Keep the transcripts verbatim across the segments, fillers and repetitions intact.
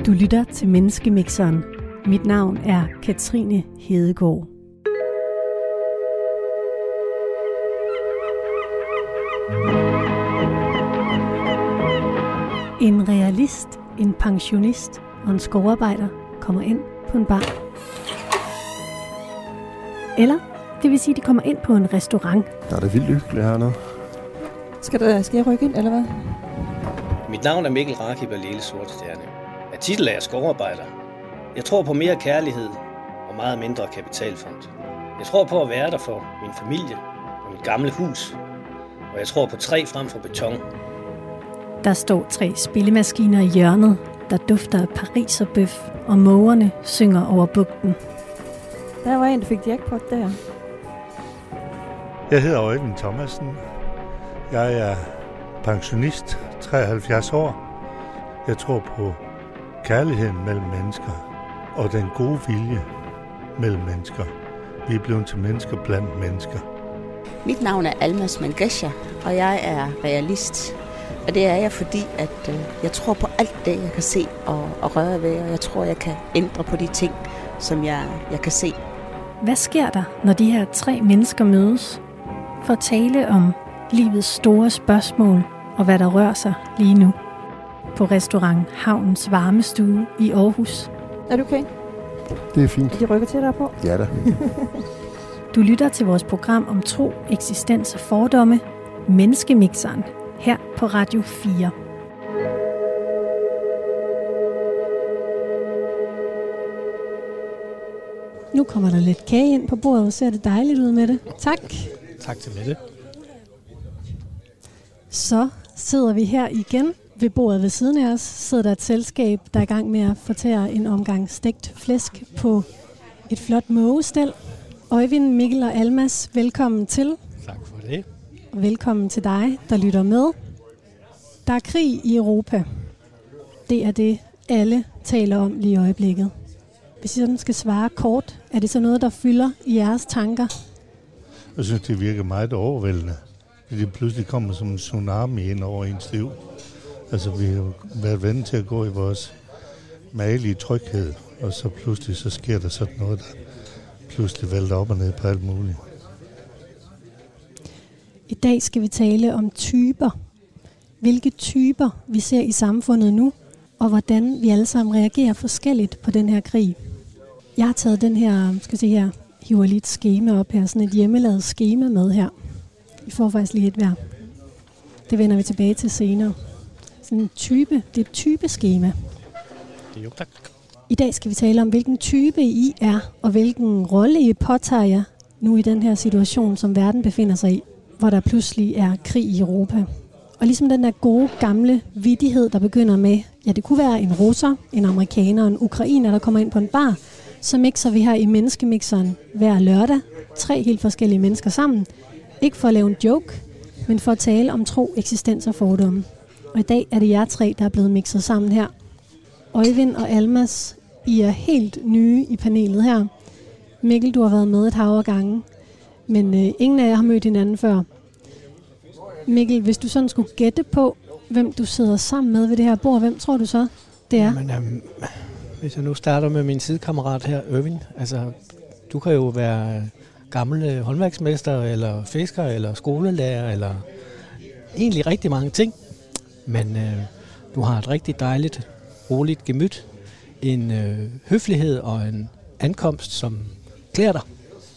Du lytter til Menneskemixeren. Mit navn er Katrine Hedegaard. En realist, en pensionist og en skovarbejder kommer ind på en bar. Eller, det vil sige, de kommer ind på en restaurant. Der er det vildt hyggeligt hernede. Skal, der, skal jeg rykke ind, eller hvad? Mit navn er Mikkel Rakib og Lille Sorte Stjerne. Jeg titel er skovarbejder. Jeg tror på mere kærlighed og meget mindre kapitalfond. Jeg tror på at være der for min familie og mit gamle hus. Og jeg tror på træ frem for beton. Der står tre spillemaskiner i hjørnet, der dufter af pariserbøf, og mågerne synger over bugten. Der var en, der fik jackpot der. Jeg hedder Øjvind Thomasen. Jeg er pensionist, treoghalvfjerds år. Jeg tror på kærligheden mellem mennesker og den gode vilje mellem mennesker. Vi er blevet til mennesker blandt mennesker. Mit navn er Almas Mangesha, og jeg er realist. Og det er jeg, fordi at, øh, jeg tror på alt det, jeg kan se og, og røre ved, og jeg tror, jeg kan ændre på de ting, som jeg, jeg kan se. Hvad sker der, når de her tre mennesker mødes for at tale om livets store spørgsmål og hvad der rører sig lige nu? På restaurant Havnens Varmestue i Aarhus. Er du okay? Det er fint. De rykker til dig på? Ja da. Du lytter til vores program om tro, eksistens og fordomme, Menneskemixeren, her på Radio fire. Nu kommer der lidt kage ind på bordet, og ser det dejligt ud med det. Tak. Tak til Mette. Så sidder vi her igen ved bordet ved siden af os. Sidder der et selskab, der er i gang med at fortære en omgang stegt flæsk på et flot mågestel. Øjvind, Mikkel og Almas, velkommen til. Tak for det. Og velkommen til dig, der lytter med. Der er krig i Europa. Det er det, alle taler om lige i øjeblikket. Hvis I sådan skal svare kort, er det så noget, der fylder i jeres tanker? Jeg synes, det virker meget overvældende. Det pludselig kommer som en tsunami ind over ens liv. Altså, vi har været vant til at gå i vores magelige tryghed, og så pludselig så sker der sådan noget, der pludselig vælter op og ned på alt muligt. I dag skal vi tale om typer. Hvilke typer vi ser i samfundet nu, og hvordan vi alle sammen reagerer forskelligt på den her krig. Jeg har taget den her, skal se her, hiver lige et skema op her, sådan et hjemmelavet skema med her. Vi får faktisk lige et hver. Det vender vi tilbage til senere. Sådan en type, det er et typeskema. Jo, tak. I dag skal vi tale om, hvilken type I er, og hvilken rolle I påtager jer nu i den her situation, som verden befinder sig i, hvor der pludselig er krig i Europa. Og ligesom den der gode, gamle vittighed, der begynder med, ja, det kunne være en russer, en amerikaner, en ukrainer, der kommer ind på en bar, så mixer vi her i Menneskemixeren hver lørdag tre helt forskellige mennesker sammen. Ikke for at lave en joke, men for at tale om tro, eksistens og fordomme. Og i dag er det jer tre, der er blevet mixet sammen her. Øjvind og Almas, I er helt nye i panelet her. Mikkel, du har været med et hav af gange, men øh, ingen af jer har mødt hinanden før. Mikkel, hvis du sådan skulle gætte på, hvem du sidder sammen med ved det her bord, hvem tror du så, det er? Men, øhm, hvis jeg nu starter med min sidekammerat her, Øvind, altså, du kan jo være gammel håndværksmester, eller fisker, eller skolelærer, eller egentlig rigtig mange ting. Men øh, du har et rigtig dejligt, roligt gemyt, en øh, høflighed og en ankomst, som klæder dig.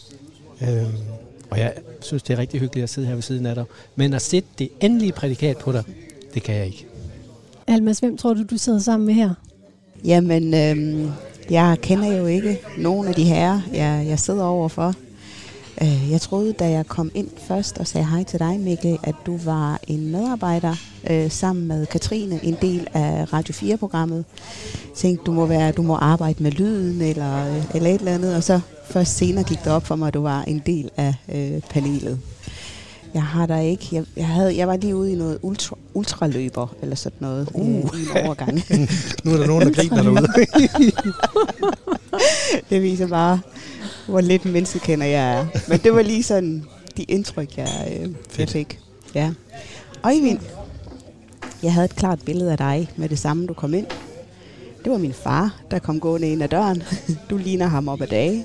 Øh, og jeg synes, det er rigtig hyggeligt at sidde her ved siden af dig. Men at sætte det endelige prædikat på dig, det kan jeg ikke. Almas, hvem tror du, du sidder sammen med her? Jamen, øh, jeg kender jo ikke nogen af de herrer, jeg, jeg sidder overfor. Jeg troede, da jeg kom ind først og sagde hej til dig, Mikkel, at du var en medarbejder øh, sammen med Katrine, en del af Radio fire-programmet. Jeg tænkte, du må, være, du må arbejde med lyden eller, eller et eller andet, og så først senere gik det op for mig, at du var en del af øh, panelet. Jeg har der ikke. Jeg, jeg, havde, jeg var lige ude i noget ultra, ultraløber eller sådan noget uh. øh, i en overgang. Nu er der nogen, der griner derude. Det viser bare, hvor lidt menneskekender jeg er. Men det var lige sådan de indtryk, jeg, øh, jeg fik. Ja. Øjvind, jeg havde et klart billede af dig med det samme, du kom ind. det var min far, der kom gående ind ad døren. Du ligner ham op ad dage.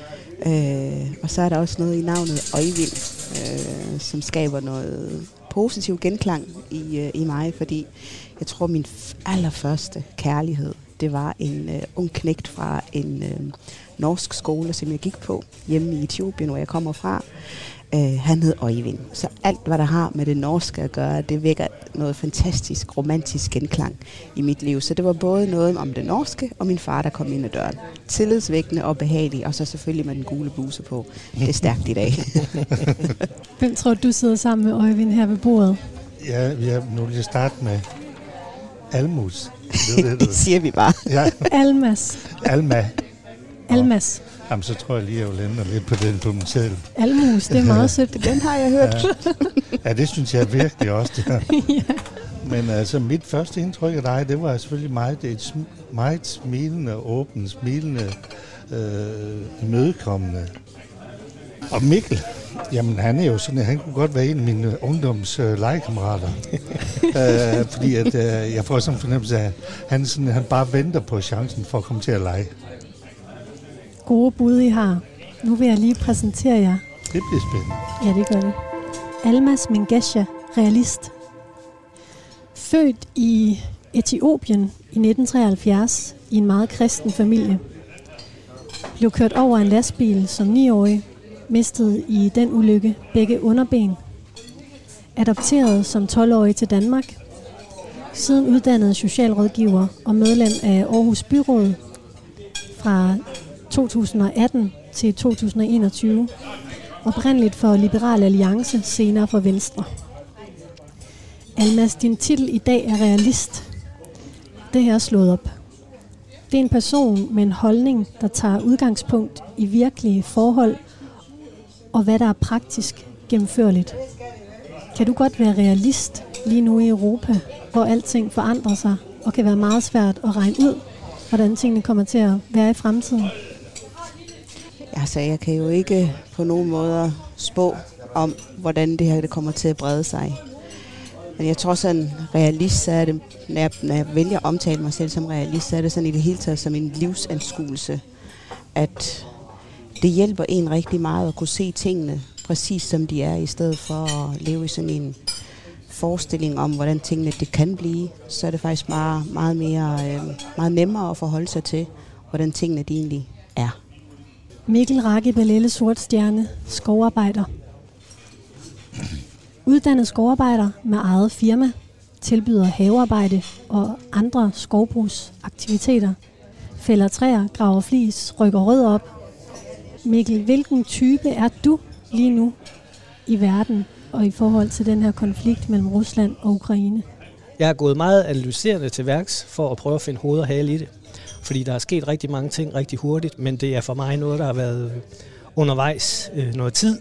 Øh, og så er der også noget i navnet Øjvind, øh, som skaber noget positiv genklang i, øh, i mig, fordi jeg tror, min allerførste kærlighed, det var en øh, ung knægt fra en øh, norsk skole, som jeg gik på hjemme i Etiopien, hvor jeg kommer fra. Uh, han hed Øjvind. Så alt, hvad der har med det norske at gøre, det vækker noget fantastisk, romantisk genklang i mit liv. Så det var både noget om det norske, og min far, der kom ind ad døren. Tillidsvækkende og behagelig, og så selvfølgelig med den gule bluse på. Det er stærkt i dag. Hvem tror du sidder sammen med Øjvind her ved bordet? Ja, ja nu vil jeg starte med Almus. Det, det, det siger vi bare. Ja. Almas. Alma. Almas. Jamen, så tror jeg lige, at jeg vil ændre lidt på den på min selv. Almus, det er meget sødt. Den har jeg hørt. Ja, ja det synes jeg virkelig også. Det her. Ja. Men altså, mit første indtryk af dig, det var selvfølgelig meget, det er et sm- meget smilende, åbent, smilende, øh, imødekommende. Og Mikkel, jamen han er jo sådan, han kunne godt være en af mine ungdoms øh, legekammerater. øh, fordi at, øh, jeg får sådan en fornemmelse af, at han, sådan, han bare venter på chancen for at komme til at lege. Gode bud, I har. Nu vil jeg lige præsentere jer. Det bliver spændende. Ja, det gør det. Almas Mengesha, realist. Født i Etiopien i nitten treoghalvfjerds i en meget kristen familie. Blev kørt over en lastbil som niårig. Mistede i den ulykke begge underben. Adopteret som tolv-årig til Danmark. Siden uddannet socialrådgiver og medlem af Aarhus Byråd fra to tusind og atten til to tusind og enogtyve. Oprindeligt for Liberal Alliance, senere for Venstre. Almas, din titel i dag er realist. Det her er slået op. Det er en person med en holdning, der tager udgangspunkt i virkelige forhold og hvad der er praktisk gennemførligt. Kan du godt være realist lige nu i Europa, hvor alting forandrer sig og kan være meget svært at regne ud, hvordan tingene kommer til at være i fremtiden? Altså, jeg kan jo ikke på nogen måde spå om, hvordan det her det kommer til at brede sig. Men jeg tror sådan, realist, så er det, når jeg, når jeg vælger at omtale mig selv som realist, så er det sådan i det hele taget som en livsanskuelse, at det hjælper en rigtig meget at kunne se tingene præcis som de er, i stedet for at leve i sådan en forestilling om, hvordan tingene det kan blive. Så er det faktisk meget, meget, mere, øh, meget nemmere at forholde sig til, hvordan tingene de egentlig er. Mikkel Rakib Alele Sortstjerne, skovarbejder. Uddannet skovarbejder med eget firma, tilbyder havearbejde og andre skovbrugsaktiviteter. Fælder træer, graver flis, rykker rødder op. Mikkel, hvilken type er du lige nu i verden og i forhold til den her konflikt mellem Rusland og Ukraine? Jeg er gået meget analyserende til værks for at prøve at finde hoved og hale i det. Fordi der er sket rigtig mange ting rigtig hurtigt, men det er for mig noget, der har været undervejs øh, noget tid.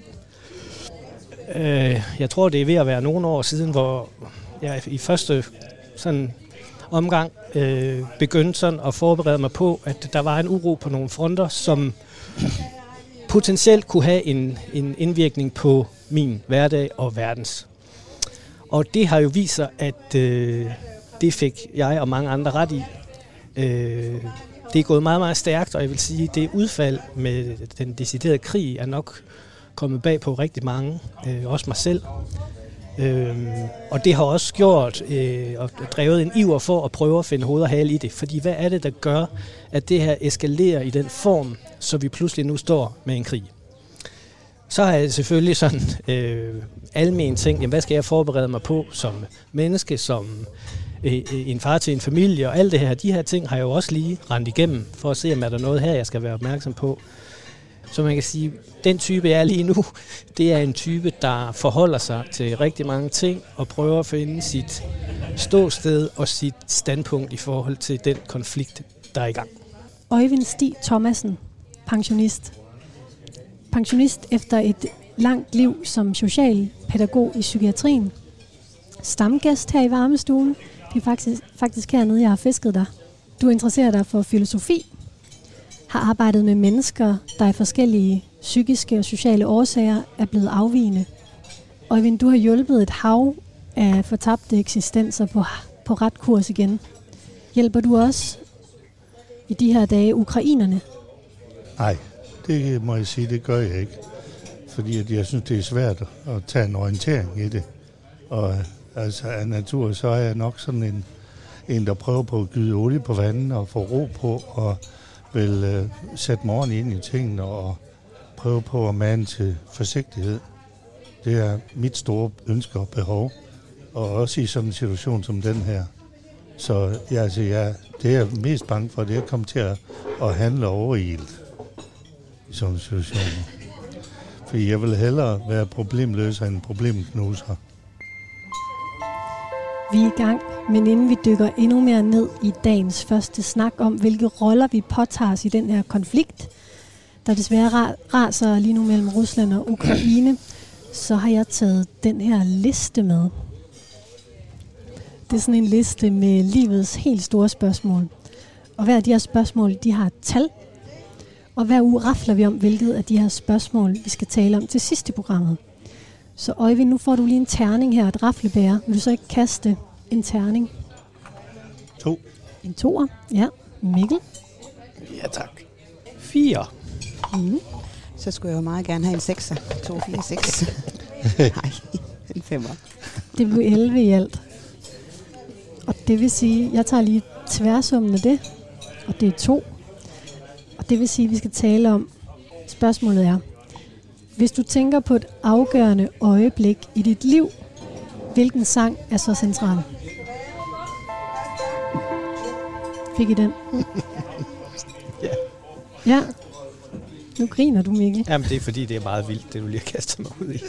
Øh, jeg tror, det er ved at være nogle år siden, hvor jeg i første sådan omgang øh, begyndte sådan at forberede mig på, at der var en uro på nogle fronter, som potentielt kunne have en, en indvirkning på min hverdag og verdens. Og det har jo vist sig, at øh, det fik jeg og mange andre ret i. Øh, det er gået meget, meget stærkt, og jeg vil sige, at det udfald med den deciderede krig er nok kommet bag på rigtig mange, øh, også mig selv. Øh, og det har også gjort øh, og drevet en iver for at prøve at finde hoved og hale i det. Fordi hvad er det, der gør, at det her eskalerer i den form, så vi pludselig nu står med en krig? Så har jeg selvfølgelig sådan øh, almen ting, jamen, hvad skal jeg forberede mig på som menneske, som øh, en far til en familie, og alt det her, de her ting har jeg jo også lige rendt igennem, for at se, om er der noget her, jeg skal være opmærksom på. Så man kan sige, den type jeg er lige nu, det er en type, der forholder sig til rigtig mange ting, og prøver at finde sit ståsted og sit standpunkt i forhold til den konflikt, der er i gang. Øjvind Stig Thomasen, pensionist. Pensionist efter et langt liv som socialpædagog i psykiatrien. Stamgæst her i varmestuen. Det er faktisk, faktisk hernede, jeg har fisket dig. Du interesserer dig for filosofi. Har arbejdet med mennesker, der af forskellige psykiske og sociale årsager er blevet afvigende. Øjvind, du har hjulpet et hav af fortabte eksistenser på, på ret kurs igen. Hjælper du også i de her dage ukrainerne? Nej, det må jeg sige, det gør jeg ikke. Fordi at jeg synes, det er svært at tage en orientering i det. Og altså af natur, så er jeg nok sådan en, en der prøver på at gyde olie på vandet og få ro på og vil øh, sætte mig ordentligt ind i tingene og prøve på at mane til forsigtighed. Det er mit store ønske og behov. Og også i sådan en situation som den her. Så ja, altså, jeg, det er jeg mest bange for, det er at komme til at, at handle overilt i sådan en situation. Fordi jeg vil hellere være problemløser end problemknuser. Vi er i gang, men inden vi dykker endnu mere ned i dagens første snak om, hvilke roller vi påtager os i den her konflikt, der desværre raser lige nu mellem Rusland og Ukraine, så har jeg taget den her liste med. Det er sådan en liste med livets helt store spørgsmål. Og hver af de her spørgsmål, de har et tal. Og hver uge rafler vi om, hvilket af de her spørgsmål, vi skal tale om til sidst i programmet. Så Øjvind, nu får du lige en terning her, et raflebære. Vil du så ikke kaste en terning? To. En toer, ja. Mikkel? Ja, tak. Fire. Mm. Så skulle jeg jo meget gerne have en sekser. To, fire, seks. Nej, en femmer. Det blev elleve i alt. Og det vil sige, jeg tager lige tværsummen af det, og det er to. Og det vil sige, at vi skal tale om, spørgsmålet er, hvis du tænker på et afgørende øjeblik i dit liv, hvilken sang er så central? Fik I den? Ja. Ja. Nu griner du, Mikkel. Jamen, det er fordi, det er meget vildt, det du lige har kastet mig ud i.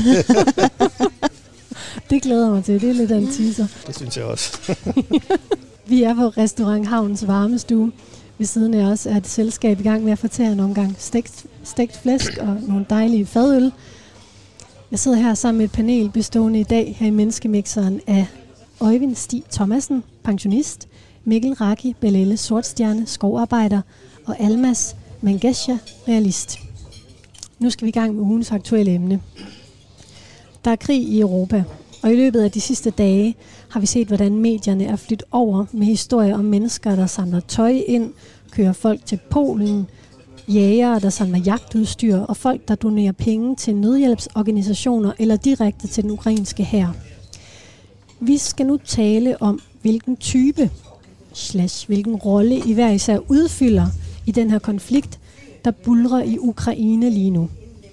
Det glæder mig til. Det er lidt af en teaser. Det synes jeg også. Vi er på Restaurant Havns varmestue. Ved siden af os er et selskab i gang med at fortære en omgang stegt, stegt flæsk og nogle dejlige fadøl. Jeg sidder her sammen med et panel bestående i dag her i Menneskemixeren af Øjvind Stig Thomassen, pensionist, Mikkel Raki Bellelle Sortstjerne, skovarbejder, og Almas Mangesha, realist. Nu skal vi i gang med ugens aktuelle emne. Der er krig i Europa, og i løbet af de sidste dage har vi set, hvordan medierne er flyttet over med historier om mennesker, der samler tøj ind, kører folk til Polen, jægere, der samler jagtudstyr, og folk, der donerer penge til nødhjælpsorganisationer eller direkte til den ukrainske hær. Vi skal nu tale om, hvilken type, slash, hvilken rolle I hver især udfylder i den her konflikt, der buldrer i Ukraine lige nu.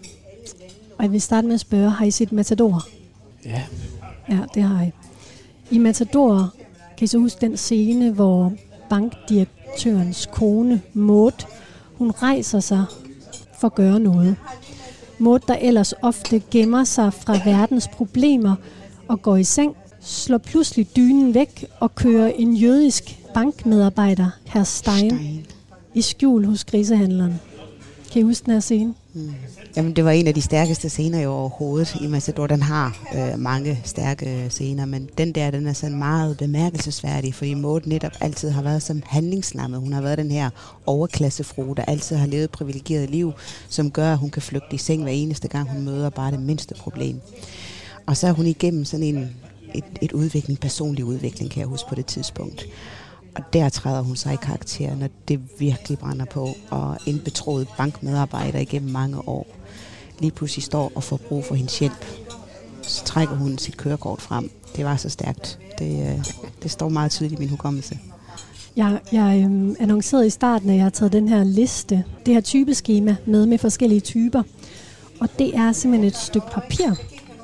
Og jeg vil starte med at spørge, har I set Matador? Ja. Ja, det har I. I Matador kan I så huske den scene, hvor bankdirektørens kone, Maud, hun rejser sig for at gøre noget. Maud, der ellers ofte gemmer sig fra verdens problemer og går i seng, slår pludselig dynen væk og kører en jødisk bankmedarbejder, herr Stein, Stein. i skjul hos grisehandleren. Kan I huske den her scene? Mm. Jamen, det var en af de stærkeste scener jo overhovedet i Matador. Den har øh, mange stærke scener, men den der, den er sådan meget bemærkelsesværdig, fordi Maud netop altid har været som handlingslammet. Hun har været den her overklassefrue, der altid har levet et privilegeret liv, som gør, at hun kan flygte i seng hver eneste gang, hun møder bare det mindste problem. Og så er hun igennem sådan en, et, et udvikling, personlig udvikling, kan jeg huske på det tidspunkt. Og der træder hun sig i karakter, når det virkelig brænder på, og en betroet bankmedarbejder igennem mange år lige pludselig står og får brug for hendes hjælp. Så trækker hun sit kørekort frem. Det var så stærkt. Det, øh, det står meget tydeligt i min hukommelse. Jeg, jeg øhm, annoncerede i starten, at jeg har taget den her liste, det her typeskema med med forskellige typer. Og det er simpelthen et stykke papir.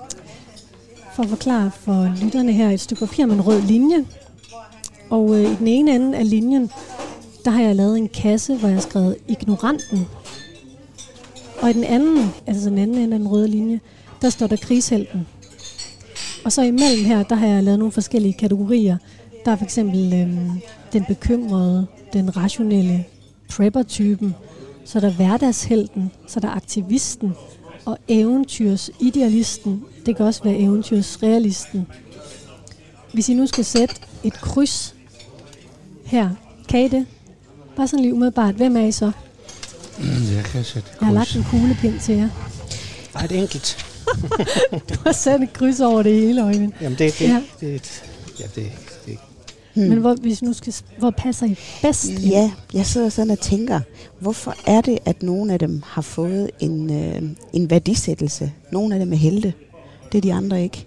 For at forklare for lytterne her, et stykke papir med en rød linje. Og øh, i den ene ende af linjen, der har jeg lavet en kasse, hvor jeg har skrevet ignoranten. Og i den anden, altså den anden ende af den røde linje, der står der krigshelten. Og så imellem her, der har jeg lavet nogle forskellige kategorier. Der er for eksempel øh, den bekymrede, den rationelle prepper-typen. Så er der hverdagshelten, så er der aktivisten og eventyrsidealisten. Det kan også være eventyrsrealisten. Hvis I nu skal sætte et kryds her, kan I det? Bare sådan lige umiddelbart. Hvem er I så? Jeg kan sætte kryds. Jeg har lagt en kuglepind til jer. Ej, et enkelt. Du har sat et kryds over det hele, Øjvind. Jamen, det, det, Ja. det, det, ja, det, det Hmm. Men hvor, hvis nu skal, hvor passer I bedst ind? Ja, jeg sidder sådan og tænker, hvorfor er det, at nogle af dem har fået en, øh, en værdisættelse? Nogle af dem er helte. Det er de andre ikke.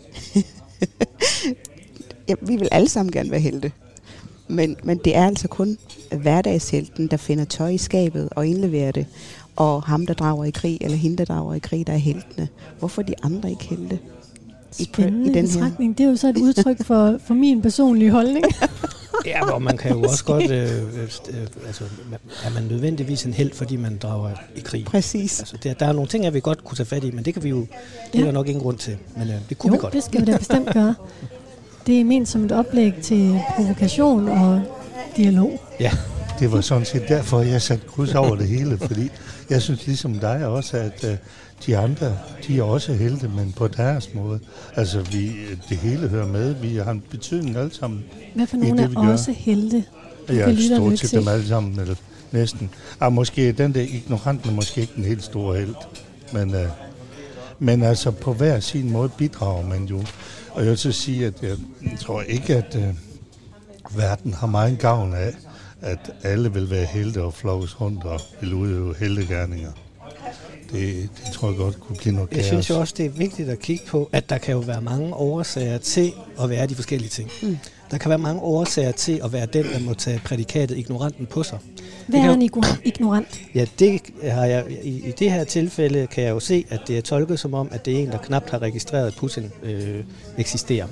Ja, vi vil alle sammen gerne være helte. Men, men det er altså kun hverdagshelten, der finder tøj i skabet og indleverer det. Og ham, der drager i krig, eller hende, der drager i krig, der er heltene. Hvorfor er de andre ikke helte? Spændende i den betragtning. Det er jo så et udtryk for, for min personlige holdning. Ja, hvor man kan jo også godt... Øh, øh, altså, er man nødvendigvis en helt, fordi man drager i krig? Præcis. Altså, der, der er nogle ting, jeg vi godt kunne tage fat i, men det kan vi jo... Det er der nok ingen grund til, men øh, det kunne jo, vi godt. Det skal vi da bestemt gøre. Det er ment som et oplæg til provokation og dialog. Ja. Det var sådan set derfor, jeg satte kryds over det hele, fordi jeg synes ligesom dig også, at uh, de andre, de er også helte, men på deres måde. Altså, vi, det hele hører med. Vi har en betydning alle sammen. Hvad for nogle det, er også helte? Jeg er stort til dem alle sammen, eller næsten. Ah, måske den der ignoranten er måske ikke den helt store helt. Men, uh, men altså, på hver sin måde bidrager man jo. Og jeg vil så sige, at jeg tror ikke, at uh, verden har meget gavn af, at alle vil være helte og flokkes rundt og vil udøve heltegerninger. Det, det tror jeg godt kunne blive noget kaos. Jeg synes jo også, det er vigtigt at kigge på, at der kan jo være mange årsager til at være de forskellige ting. Mm. Der kan være mange årsager til at være den, der må tage prædikatet ignoranten på sig. Hvad er en ignorant? Ja, det har jeg, i, i det her tilfælde kan jeg jo se, at det er tolket som om, at det er en, der knapt har registreret, at Putin øh, eksisterer.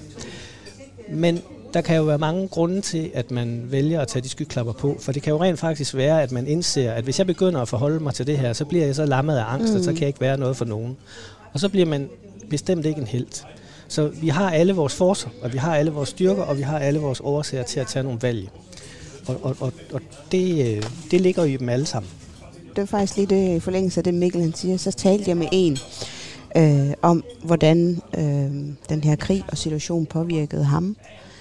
Men der kan jo være mange grunde til, at man vælger at tage de skyklapper på, for det kan jo rent faktisk være, at man indser, at hvis jeg begynder at forholde mig til det her, så bliver jeg så lammet af angst, mm. og så kan jeg ikke være noget for nogen. Og så bliver man bestemt ikke en helt. Så vi har alle vores forcer, og vi har alle vores styrker, og vi har alle vores årsager til at tage nogle valg. Og, og, og, og det, det ligger jo i dem alle sammen. Det er faktisk lige det i forlængelse af det, Mikkel han siger. Så talte jeg med en øh, om, hvordan øh, den her krig og situation påvirkede ham.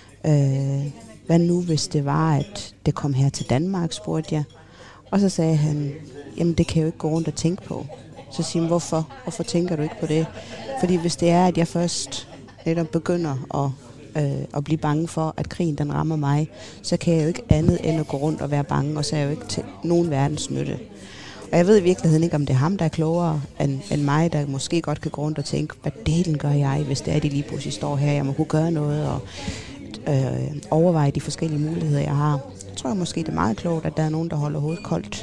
Øh, hvad nu, hvis det var, at det kom her til Danmark, spurgte jeg. Og så sagde han, jamen det kan jeg jo ikke gå rundt og tænke på. Så siger han, hvorfor? Hvorfor tænker du ikke på det? Fordi hvis det er, at jeg først netop begynder at, øh, at blive bange for, at krigen den rammer mig, så kan jeg jo ikke andet end at gå rundt og være bange, og så er jeg jo ikke til nogen verdens nytte. Og jeg ved i virkeligheden ikke, om det er ham, der er klogere end, end mig, der måske godt kan gå rundt og tænke, hvad delen gør jeg, hvis det er, de lige pludselig står her, jeg må kunne gøre noget, og øh, overveje de forskellige muligheder, jeg har. Jeg tror måske, det er meget klogt, at der er nogen, der holder hovedet koldt.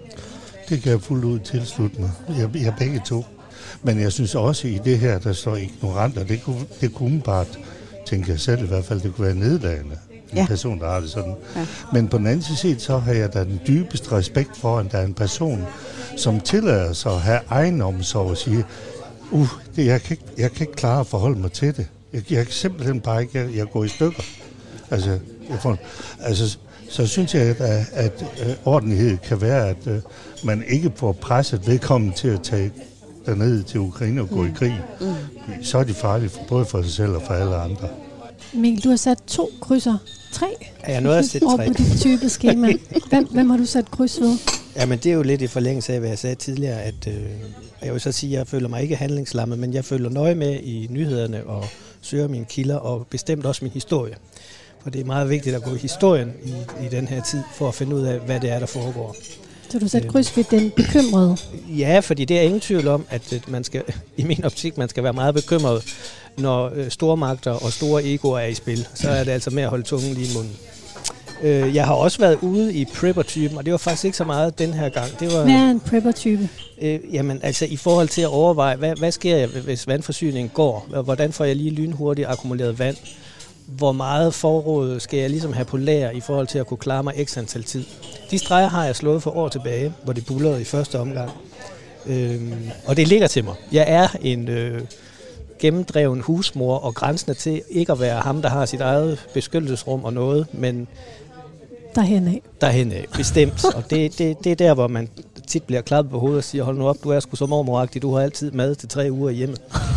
Det kan jeg fuldt ud tilslutte mig. Jeg, jeg er begge to. Men jeg synes også, i det her, der står ignoranter, det kunne, det kunne bare, tænker jeg selv i hvert fald, det kunne være nedladende. En ja. person, der har det sådan. Ja. Men på den anden side, så har jeg da den dybeste respekt for, at der er en person, som tillader sig at have egenomsorg og sige, uh, det, jeg, kan ikke, jeg kan ikke klare at forholde mig til det. Jeg, jeg kan simpelthen bare ikke, jeg, jeg går i stykker. Altså, jeg får, altså, så synes jeg, at, at uh, ordentlighed kan være, at uh, man ikke får presset vedkommende til at tage derned til Ukraine og gå mm. i krig. Mm. Så er de farlige for, både for sig selv og for alle andre. Mikkel, du har sat to krydser. Tre? Ja, jeg nåede at sætte tre. Over på dit type skema. Hvem, hvem har du sat kryds ved? Jamen, det er jo lidt i forlængelse af, hvad jeg sagde tidligere, at øh, jeg vil så sige, at jeg føler mig ikke handlingslammet, men jeg følger nøje med i nyhederne og søger mine kilder og bestemt også min historie. For det er meget vigtigt at gå i historien i, i den her tid, for at finde ud af, hvad det er, der foregår. Så du sætter kryds ved den bekymrede? Ja, fordi det er ingen tvivl om, at man skal, i min optik, man skal være meget bekymret, når øh, stormagter og store egoer er i spil. Så er det altså med at holde tungen lige i munden. Øh, jeg har også været ude i prepper-typen, og det var faktisk ikke så meget den her gang. Det var, hvad er en prepper-type? Øh, jamen, altså i forhold til at overveje, hvad, hvad sker jeg, hvis vandforsyningen går? Hvordan får jeg lige lynhurtigt akkumuleret vand? Hvor meget forråd skal jeg ligesom have på lager i forhold til at kunne klare mig x antal tid? De streger har jeg slået for år tilbage, hvor det bullerede i første omgang. Øhm, og det ligger til mig. Jeg er en øh, gennemdreven husmor og grænsende til ikke at være ham, der har sit eget beskyttelsesrum og noget, men derhen af. Derhen af, bestemt. Og det, det, det er der, hvor man tit bliver klappet på hovedet og siger, hold nu op, du er sgu så mormoragtig, du har altid mad til tre uger hjemme.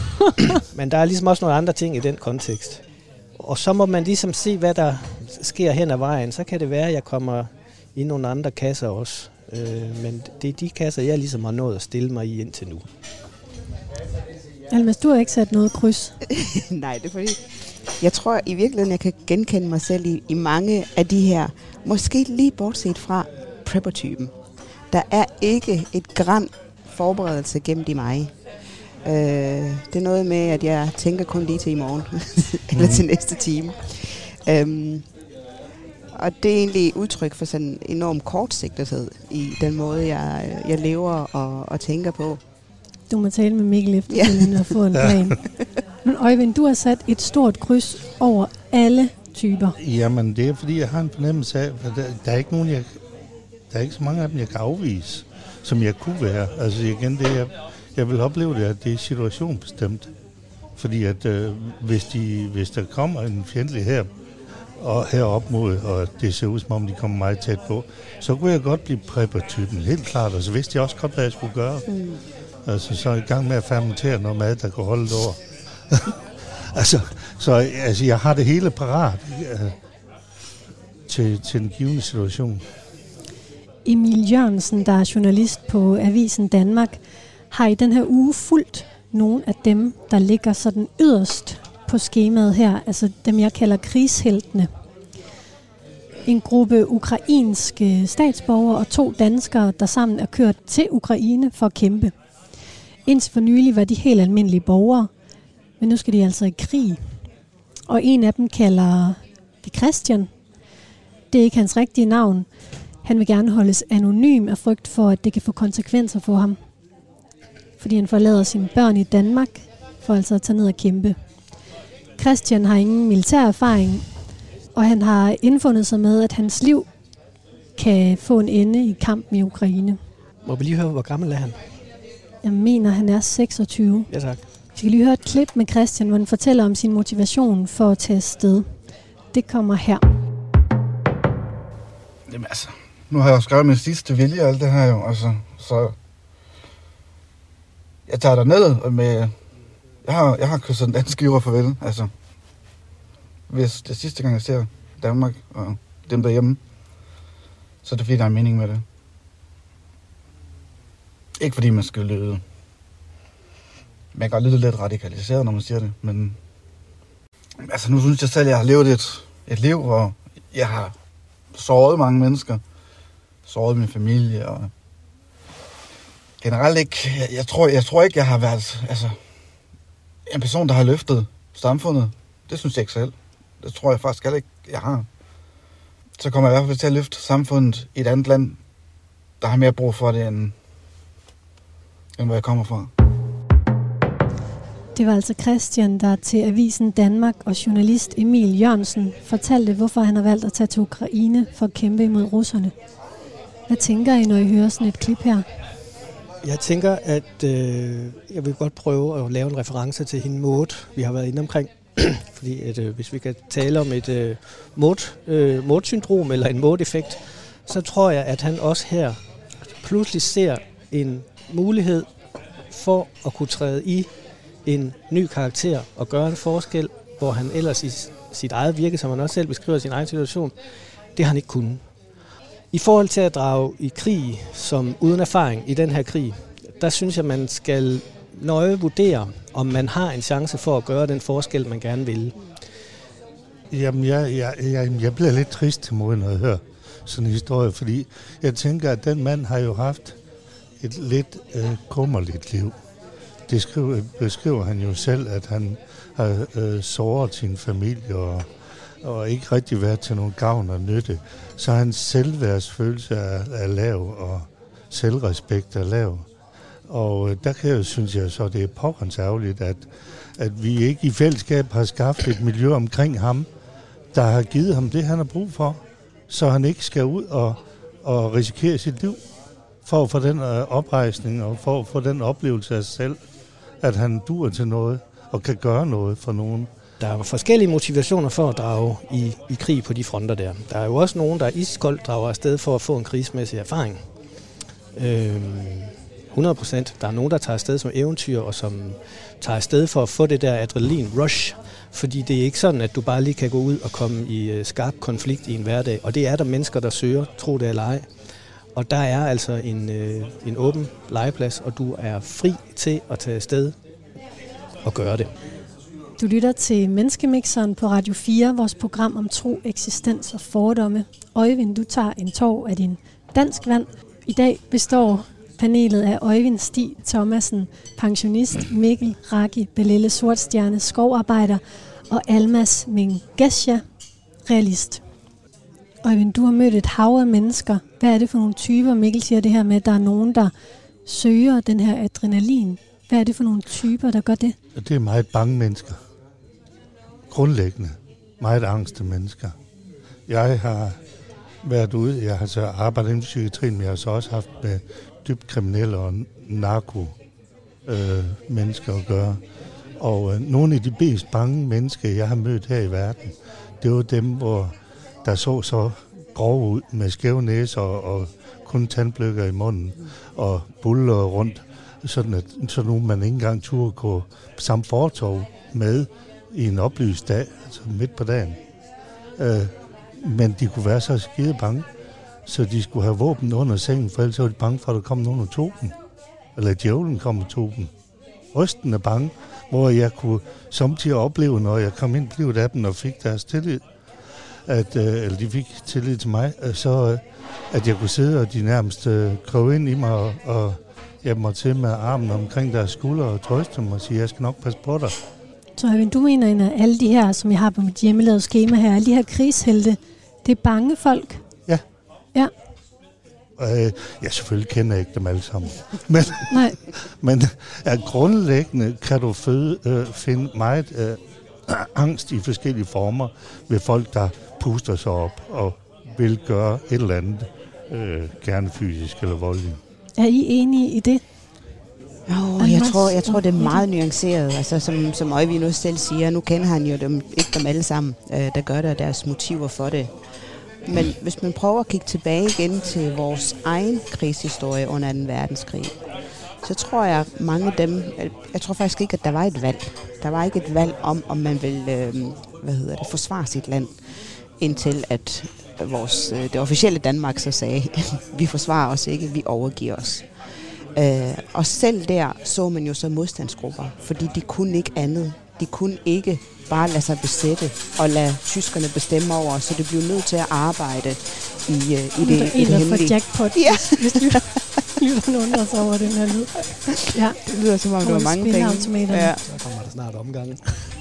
Men der er ligesom også nogle andre ting i den kontekst. Og så må man ligesom se, hvad der sker hen ad vejen. Så kan det være, at jeg kommer i nogle andre kasser også. Øh, men det er de kasser, jeg ligesom har nået at stille mig i indtil nu. Almas, du har ikke sat noget kryds. Nej, det er fordi, jeg tror i virkeligheden, jeg kan genkende mig selv i, i mange af de her, måske lige bortset fra prepper-typen. Der er ikke et gran forberedelse gemt i mig. Øh, det er noget med, at jeg tænker kun lige til i morgen, eller til næste time. Øhm, og det er egentlig udtryk for sådan en enorm kortsigtethed i den måde, jeg, jeg lever og, og tænker på. Du må tale med Mikkel efterfølgende ja. og få en plan. Men Øjvind, du har sat et stort kryds over alle typer. Jamen, det er fordi, jeg har en fornemmelse af, at der, der er ikke nogen, jeg, der er ikke så mange af dem, jeg kan afvise, som jeg kunne være. Altså igen, det jeg, jeg vil opleve det, at det er situationbestemt. Fordi at øh, hvis, de, hvis der kommer en fjendtlig her, og herop mod, og det ser ud som om, de kommer meget tæt på, så kunne jeg godt blive prepper-typen, helt klart. Og så vidste jeg også godt, hvad jeg skulle gøre. Mm. Altså, så er jeg i gang med at fermentere noget mad, der kan holde det over. altså, så altså, jeg har det hele parat uh, til, til den givende situation. Emil Jørgensen, der er journalist på Avisen Danmark, har i den her uge fulgt nogle af dem, der ligger sådan yderst på skemaet her, altså dem, jeg kalder krigsheltene. En gruppe ukrainske statsborgere og to danskere, der sammen er kørt til Ukraine for at kæmpe. Indtil for nylig var de helt almindelige borgere, men nu skal de altså i krig. Og en af dem kalder det Christian. Det er ikke hans rigtige navn. Han vil gerne holdes anonym af frygt for, at det kan få konsekvenser for ham. Fordi han forlader sine børn i Danmark, for altså at tage ned og kæmpe. Christian har ingen militær erfaring, og han har indfundet sig med, at hans liv kan få en ende i kampen i Ukraine. Må vi lige høre, hvor gammel er han? Jeg mener, han er seksogtyve. Ja, tak. Vi skal lige høre et klip med Christian, hvor han fortæller om sin motivation for at tage afsted. Det kommer her. Jamen altså, nu har jeg jo skrevet min sidste vilje og alt det her jo, altså, så jeg tager derned med, jeg har, jeg har kysset den danske jord farvel, altså, hvis det sidste gang jeg ser Danmark og dem derhjemme, så er det fordi, der er en mening med det. Ikke fordi man skal lyde, man kan godt lyde lidt radikaliseret, når man siger det, men altså nu synes jeg selv, at jeg har levet et, et liv, hvor jeg har såret mange mennesker, såret min familie, og generelt ikke, jeg, jeg, tror, jeg tror ikke, jeg har været altså, en person, der har løftet samfundet. Det synes jeg ikke selv. Det tror jeg faktisk heller ikke, jeg har. Så kommer jeg i hvert fald til at løfte samfundet i et andet land, der har mere brug for det, end, end hvor jeg kommer fra. Det var altså Christian, der til Avisen Danmark og journalist Emil Jørgensen fortalte, hvorfor han har valgt at tage til Ukraine for at kæmpe imod russerne. Hvad tænker I, når I hører sådan et klip her? Jeg tænker, at øh, jeg vil godt prøve at lave en reference til hende Maud, vi har været inde omkring. Fordi at, øh, hvis vi kan tale om et øh, Maud-syndrom øh, eller en Maud-effekt, så tror jeg, at han også her pludselig ser en mulighed for at kunne træde i en ny karakter og gøre en forskel, hvor han ellers i sit eget virke, som han også selv beskriver sin egen situation, det har han ikke kunnet. I forhold til at drage i krig som uden erfaring i den her krig, der synes jeg, man skal nøje vurdere, om man har en chance for at gøre den forskel, man gerne vil. Jamen, jeg, jeg, jeg, jeg bliver lidt trist til måde, når jeg hører sådan en historie, fordi jeg tænker, at den mand har jo haft et lidt øh, kummerligt liv. Det skriver, beskriver han jo selv, at han har øh, såret sin familie og, og ikke rigtig været til nogen gavn og nytte. Så hans selvværdsfølelse er, er lav, og selvrespekt er lav. Og øh, der kan jeg, synes jeg så, det er pårens ærgerligt, at, at vi ikke i fællesskab har skaffet et miljø omkring ham, der har givet ham det, han har brug for, så han ikke skal ud og, og risikere sit liv for at få den øh, oprejsning og for at få den oplevelse af sig selv, at han duer til noget og kan gøre noget for nogen. Der er forskellige motivationer for at drage i, i krig på de fronter der. Der er jo også nogen, der iskoldt drager afsted for at få en krigsmæssig erfaring. Øhm, hundrede procent. Der er nogen, der tager afsted som eventyr, og som tager afsted for at få det der adrenalin-rush. Fordi det er ikke sådan, at du bare lige kan gå ud og komme i skarp konflikt i en hverdag. Og det er der mennesker, der søger, tro det eller ej. Og der er altså en, øh, en åben legeplads, og du er fri til at tage afsted og gøre det. Du lytter til Menneskemixeren på Radio fire, vores program om tro, eksistens og fordomme. Øjvind, du tager en tår af din dansk vand. I dag består panelet af Øjvind Stig Thomasen, pensionist, Mikkel Raki Belelle Sortstjerne, skovarbejder, og Almas Mengesha, realist. Øjvind, du har mødt et hav af mennesker. Hvad er det for nogle typer? Mikkel siger det her med, at der er nogen, der søger den her adrenalin. Hvad er det for nogle typer, der gør det? Det er meget bange mennesker. Grundlæggende. Meget angste mennesker. Jeg har været ude, jeg har så arbejdet inden for psykiatrien, men jeg har så også haft med dybt kriminelle og narko øh, mennesker at gøre. Og øh, nogle af de mest bange mennesker, jeg har mødt her i verden, det var dem, hvor der så så grove ud med skæve næser og, og kun tandbløkker i munden og buller rundt, sådan at så nogen man ikke engang turde gå på samme fortov med i en oplyst dag, altså midt på dagen. Øh, men de kunne være så skide bange, så de skulle have våben under sengen, for ellers var de bange for, at der kom nogen og tog dem. Eller at djævlen kom og tog dem. Rysten er bange, hvor jeg kunne samtidig opleve, når jeg kom ind på livet af dem og fik deres tillid, at, øh, eller de fik tillid til mig, så øh, at jeg kunne sidde, og de nærmest øh, krøve ind i mig, og, og jeg måtte til med armen omkring deres skuldre og trøste dem og sige, jeg skal nok passe på dig. Så Øjvind, du mener, at alle de her, som jeg har på mit hjemmelavede skema her, alle de her krigshelte, det er bange folk? Ja. Ja. Øh, ja, selvfølgelig kender jeg ikke dem alle sammen. Men, Nej. men er grundlæggende kan du føde, øh, finde meget øh, angst i forskellige former ved folk, der puster sig op og vil gøre et eller andet, øh, gerne fysisk eller voldeligt. Er I enige i det? Oh, jeg, tror, jeg tror, det er meget nuanceret. Altså, som, som Øjvind nu selv siger, nu kender han jo dem, ikke dem alle sammen, øh, der gør det, og deres motiver for det. Men hvis man prøver at kigge tilbage igen til vores egen krigshistorie under anden verdenskrig, så tror jeg, mange af dem, jeg tror faktisk ikke, at der var et valg. Der var ikke et valg om, om man vil øh, hvad hedder det, forsvare sit land, indtil at vores, det officielle Danmark så sagde, vi forsvarer os ikke, vi overgiver os. Øh, og selv der så man jo så modstandsgrupper, fordi de kunne ikke andet. De kunne ikke bare lade sig besætte og lade tyskerne bestemme over, så det blev nødt til at arbejde i, uh, i det, der i det hemmelige. Jackpot, ja. Hvis, hvis lytterne undrer sig over den her lyd. Ja. Det lyder som om, det var mange penge. Ja. Så kommer der snart omgang.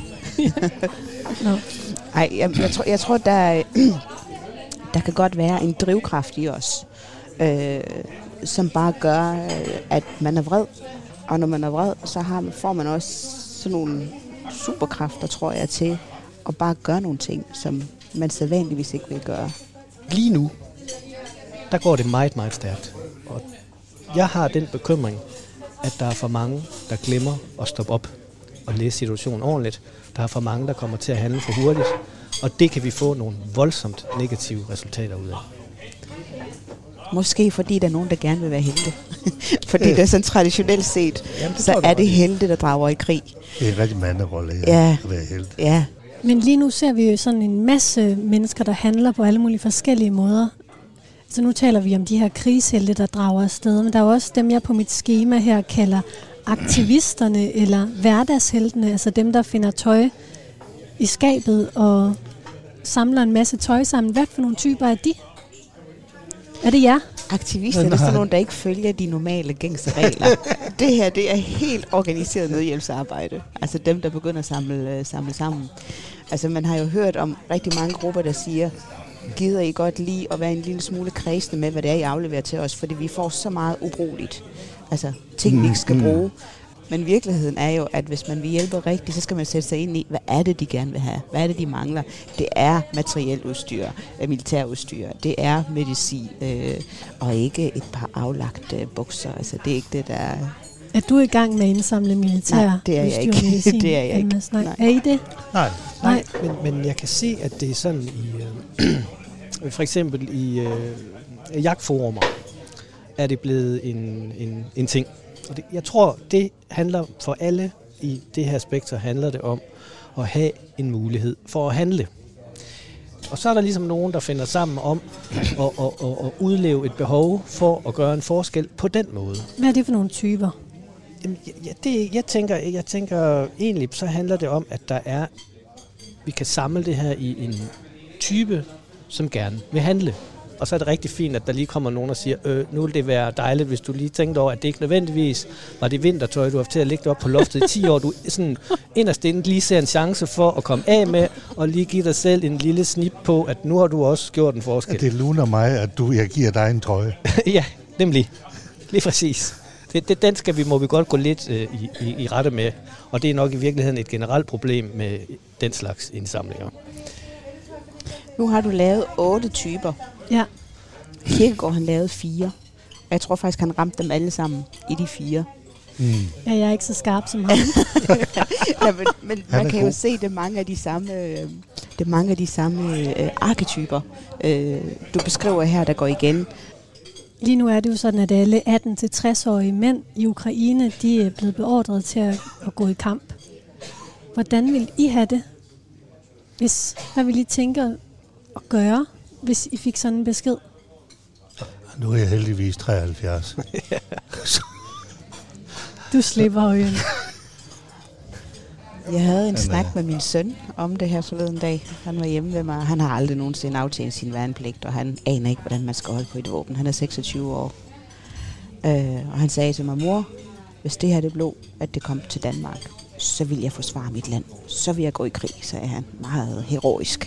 no. Ej, jeg, jeg, tror, jeg tror, der, der kan godt være en drivkraft i os, øh, som bare gør, at man er vred. Og når man er vred, så har, får man også sådan nogle superkræfter, tror jeg, til at bare gøre nogle ting, som man sædvanligvis ikke vil gøre. Lige nu, der går det meget, meget stærkt. Og jeg har den bekymring, at der er for mange, der glemmer at stoppe op og læse situationen ordentligt. Der er for mange, der kommer til at handle for hurtigt, og det kan vi få nogle voldsomt negative resultater ud af. Måske fordi der er nogen, der gerne vil være helte. Fordi det er sådan traditionelt set, Jamen, så er det helte, der drager i krig. Det er en rigtig manderolle ja. at være helte. Ja. Men lige nu ser vi jo sådan en masse mennesker, der handler på alle mulige forskellige måder. Så nu taler vi om de her krigshelte, der drager afsted, men der er også dem, jeg på mit skema her kalder aktivisterne eller hverdagsheltene, altså dem, der finder tøj i skabet og samler en masse tøj sammen. Hvad for nogle typer er de? Er det jer? Aktivister, det er sådan nogle, der ikke følger de normale gængse regler. Det her, det er helt organiseret nødhjælpsarbejde. Altså dem, der begynder at samle, uh, samle sammen. Altså man har jo hørt om rigtig mange grupper, der siger, gider I godt lige at være en lille smule kredsende med, hvad det er, I afleverer til os, fordi vi får så meget ubrugeligt. Altså ting, vi ikke skal bruge. Men virkeligheden er jo, at hvis man vil hjælpe rigtigt, så skal man sætte sig ind i, hvad er det, de gerne vil have? Hvad er det, de mangler? Det er materielt udstyr, militærudstyr, det er medicin, øh, og ikke et par aflagte bukser. Altså, det er ikke det, der er... Er du i gang med at indsamle militær Nej, det er jeg ikke. Medicin, det er jeg ikke. Nej. Nej. Er I det? Nej, Nej. Men, men jeg kan se, at det er sådan i... Øh, for eksempel i øh, jagtforumer er det blevet en, en, en ting. Og det, jeg tror, det handler for alle i det her spektrum, handler det om at have en mulighed for at handle. Og så er der ligesom nogen, der finder sammen om at, at, at, at udleve et behov for at gøre en forskel på den måde. Hvad er det for nogle typer? Jamen, ja, det, jeg, tænker, jeg tænker egentlig, så handler det om, at der er, vi kan samle det her i en type, som gerne vil handle. Og så er det rigtig fint, at der lige kommer nogen og siger, øh, nu vil det være dejligt, hvis du lige tænkte over, at det ikke nødvendigvis var det vintertøj, du har haft til at lægge det op på loftet i ti år. Du sådan inderst inde lige ser en chance for at komme af med, og lige give dig selv en lille snip på, at nu har du også gjort en forskel. Det luner mig, at du, jeg giver dig en trøje. Ja, nemlig. Lige præcis. Det, det, den skal vi, må vi godt gå lidt øh, i, i, i rette med, og det er nok i virkeligheden et generelt problem med den slags indsamlinger. Nu har du lavet otte typer. Ja. Kierkegaard, han lavede fire. Og jeg tror faktisk, han ramte dem alle sammen i de fire. Mm. Ja, jeg er ikke så skarp som ham. ja, men men man kan god. jo se, det er mange af de samme, øh, det er mange af de samme øh, arketyper, øh, du beskriver her, der går igen. Lige nu er det jo sådan, at alle atten til tres-årige mænd i Ukraine, de er blevet beordret til at, at gå i kamp. Hvordan vil I have det? Hvis, hvad vil I tænke at gøre, hvis I fik sådan en besked? Nu er jeg heldigvis treoghalvfjerds. Du slipper øjen. Jeg havde en snak med min søn om det her forleden dag. Han var hjemme ved mig. Han har aldrig nogensinde aftjent sin værnepligt, og han aner ikke, hvordan man skal holde på et våben. Han er seksogtyve år. Øh, og han sagde til mig, mor, hvis det her det blev, at det kom til Danmark, så vil jeg forsvare mit land. Så vil jeg gå i krig, sagde han. Meget heroisk.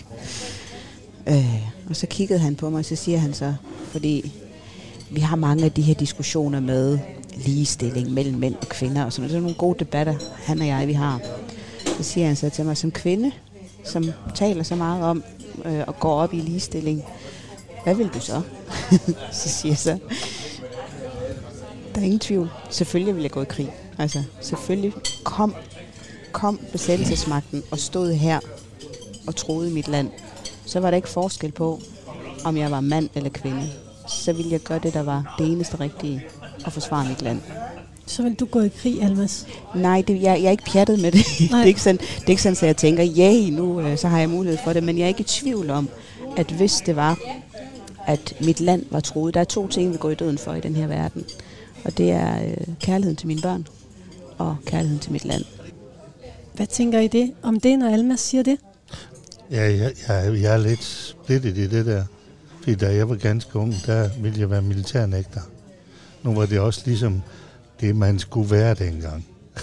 Øh, og så kiggede han på mig, og så siger han så, fordi vi har mange af de her diskussioner med ligestilling mellem mænd og kvinder, og sådan noget. Det er nogle gode debatter, han og jeg, vi har. Så siger han så til mig, som kvinde, som taler så meget om øh, og går op i ligestilling, hvad vil du så? Så siger jeg så, der er ingen tvivl. Selvfølgelig vil jeg gå i krig. Altså, selvfølgelig kom, kom besættelsesmagten og stod her og troede mit land. Så var der ikke forskel på, om jeg var mand eller kvinde. Så ville jeg gøre det, der var det eneste rigtige, at forsvare mit land. Så vil du gå i krig, Almas? Nej, det, jeg, jeg er ikke pjattet med det. det, er ikke sådan, det er ikke sådan, at jeg tænker, ja, yeah, nu øh, så har jeg mulighed for det. Men jeg er ikke i tvivl om, at hvis det var, at mit land var truet. Der er to ting, vi går i døden for i den her verden. Og det er øh, kærligheden til mine børn og kærligheden til mit land. Hvad tænker I det, om det, når Almas siger det? Ja, jeg, jeg, jeg er lidt splittet i det der. Fordi da jeg var ganske ung, der ville jeg være militærnægter. Nu var det også ligesom det, man skulle være dengang.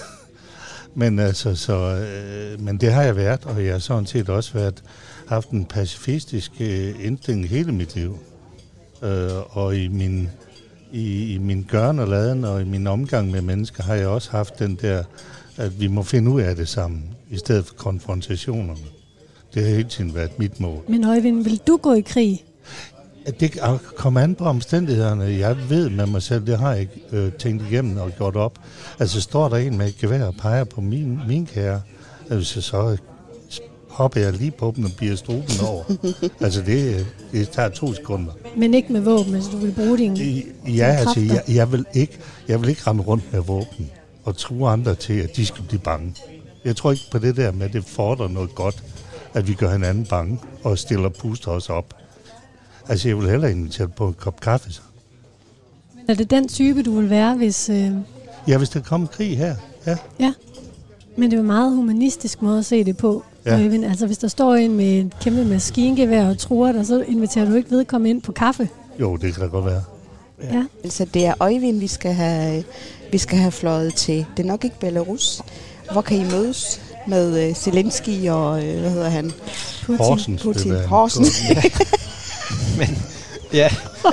men altså, så, øh, men det har jeg været, og jeg har sådan set også været, haft en pacifistisk øh, indstilling hele mit liv. Øh, og i min, i, i min gøren og laden og i min omgang med mennesker har jeg også haft den der, at vi må finde ud af det sammen, i stedet for konfrontationerne. Det har hele tiden været mit mål. Men Øjvind, vil du gå i krig? Det kommer an på omstændighederne. Jeg ved med mig selv, det har jeg ikke øh, tænkt igennem og gjort op. Altså står der en med et gevær og peger på min, min kære, altså, så hopper jeg lige på dem og bliver struben over. altså det, det tager to sekunder. Men ikke med våben, altså du vil bruge din Ja, altså jeg, jeg, vil ikke, jeg vil ikke rende rundt med våben og true andre til, at de skal blive bange. Jeg tror ikke på det der med, at det fordrer noget godt, at vi gør hinanden bange og stiller puster os op. Altså, jeg vil hellere invitere på en kop kaffe, så. Er det den type, du vil være, hvis... Øh... Ja, hvis der kommer krig her, ja. Ja, men det er jo en meget humanistisk måde at se det på. Ja. Øjvind. Altså, hvis der står en med et kæmpe maskingevær og truer dig, så inviterer du ikke vedkommende ind på kaffe. Jo, det kan da godt være. Ja. Ja. Altså, det er Øjvind, vi skal have, vi skal have fløjet til. Det er nok ikke Belarus. Hvor kan I mødes med uh, Zelensky og, uh, hvad hedder han? Putin. Horsens. Putin. Horsens. Men, ja.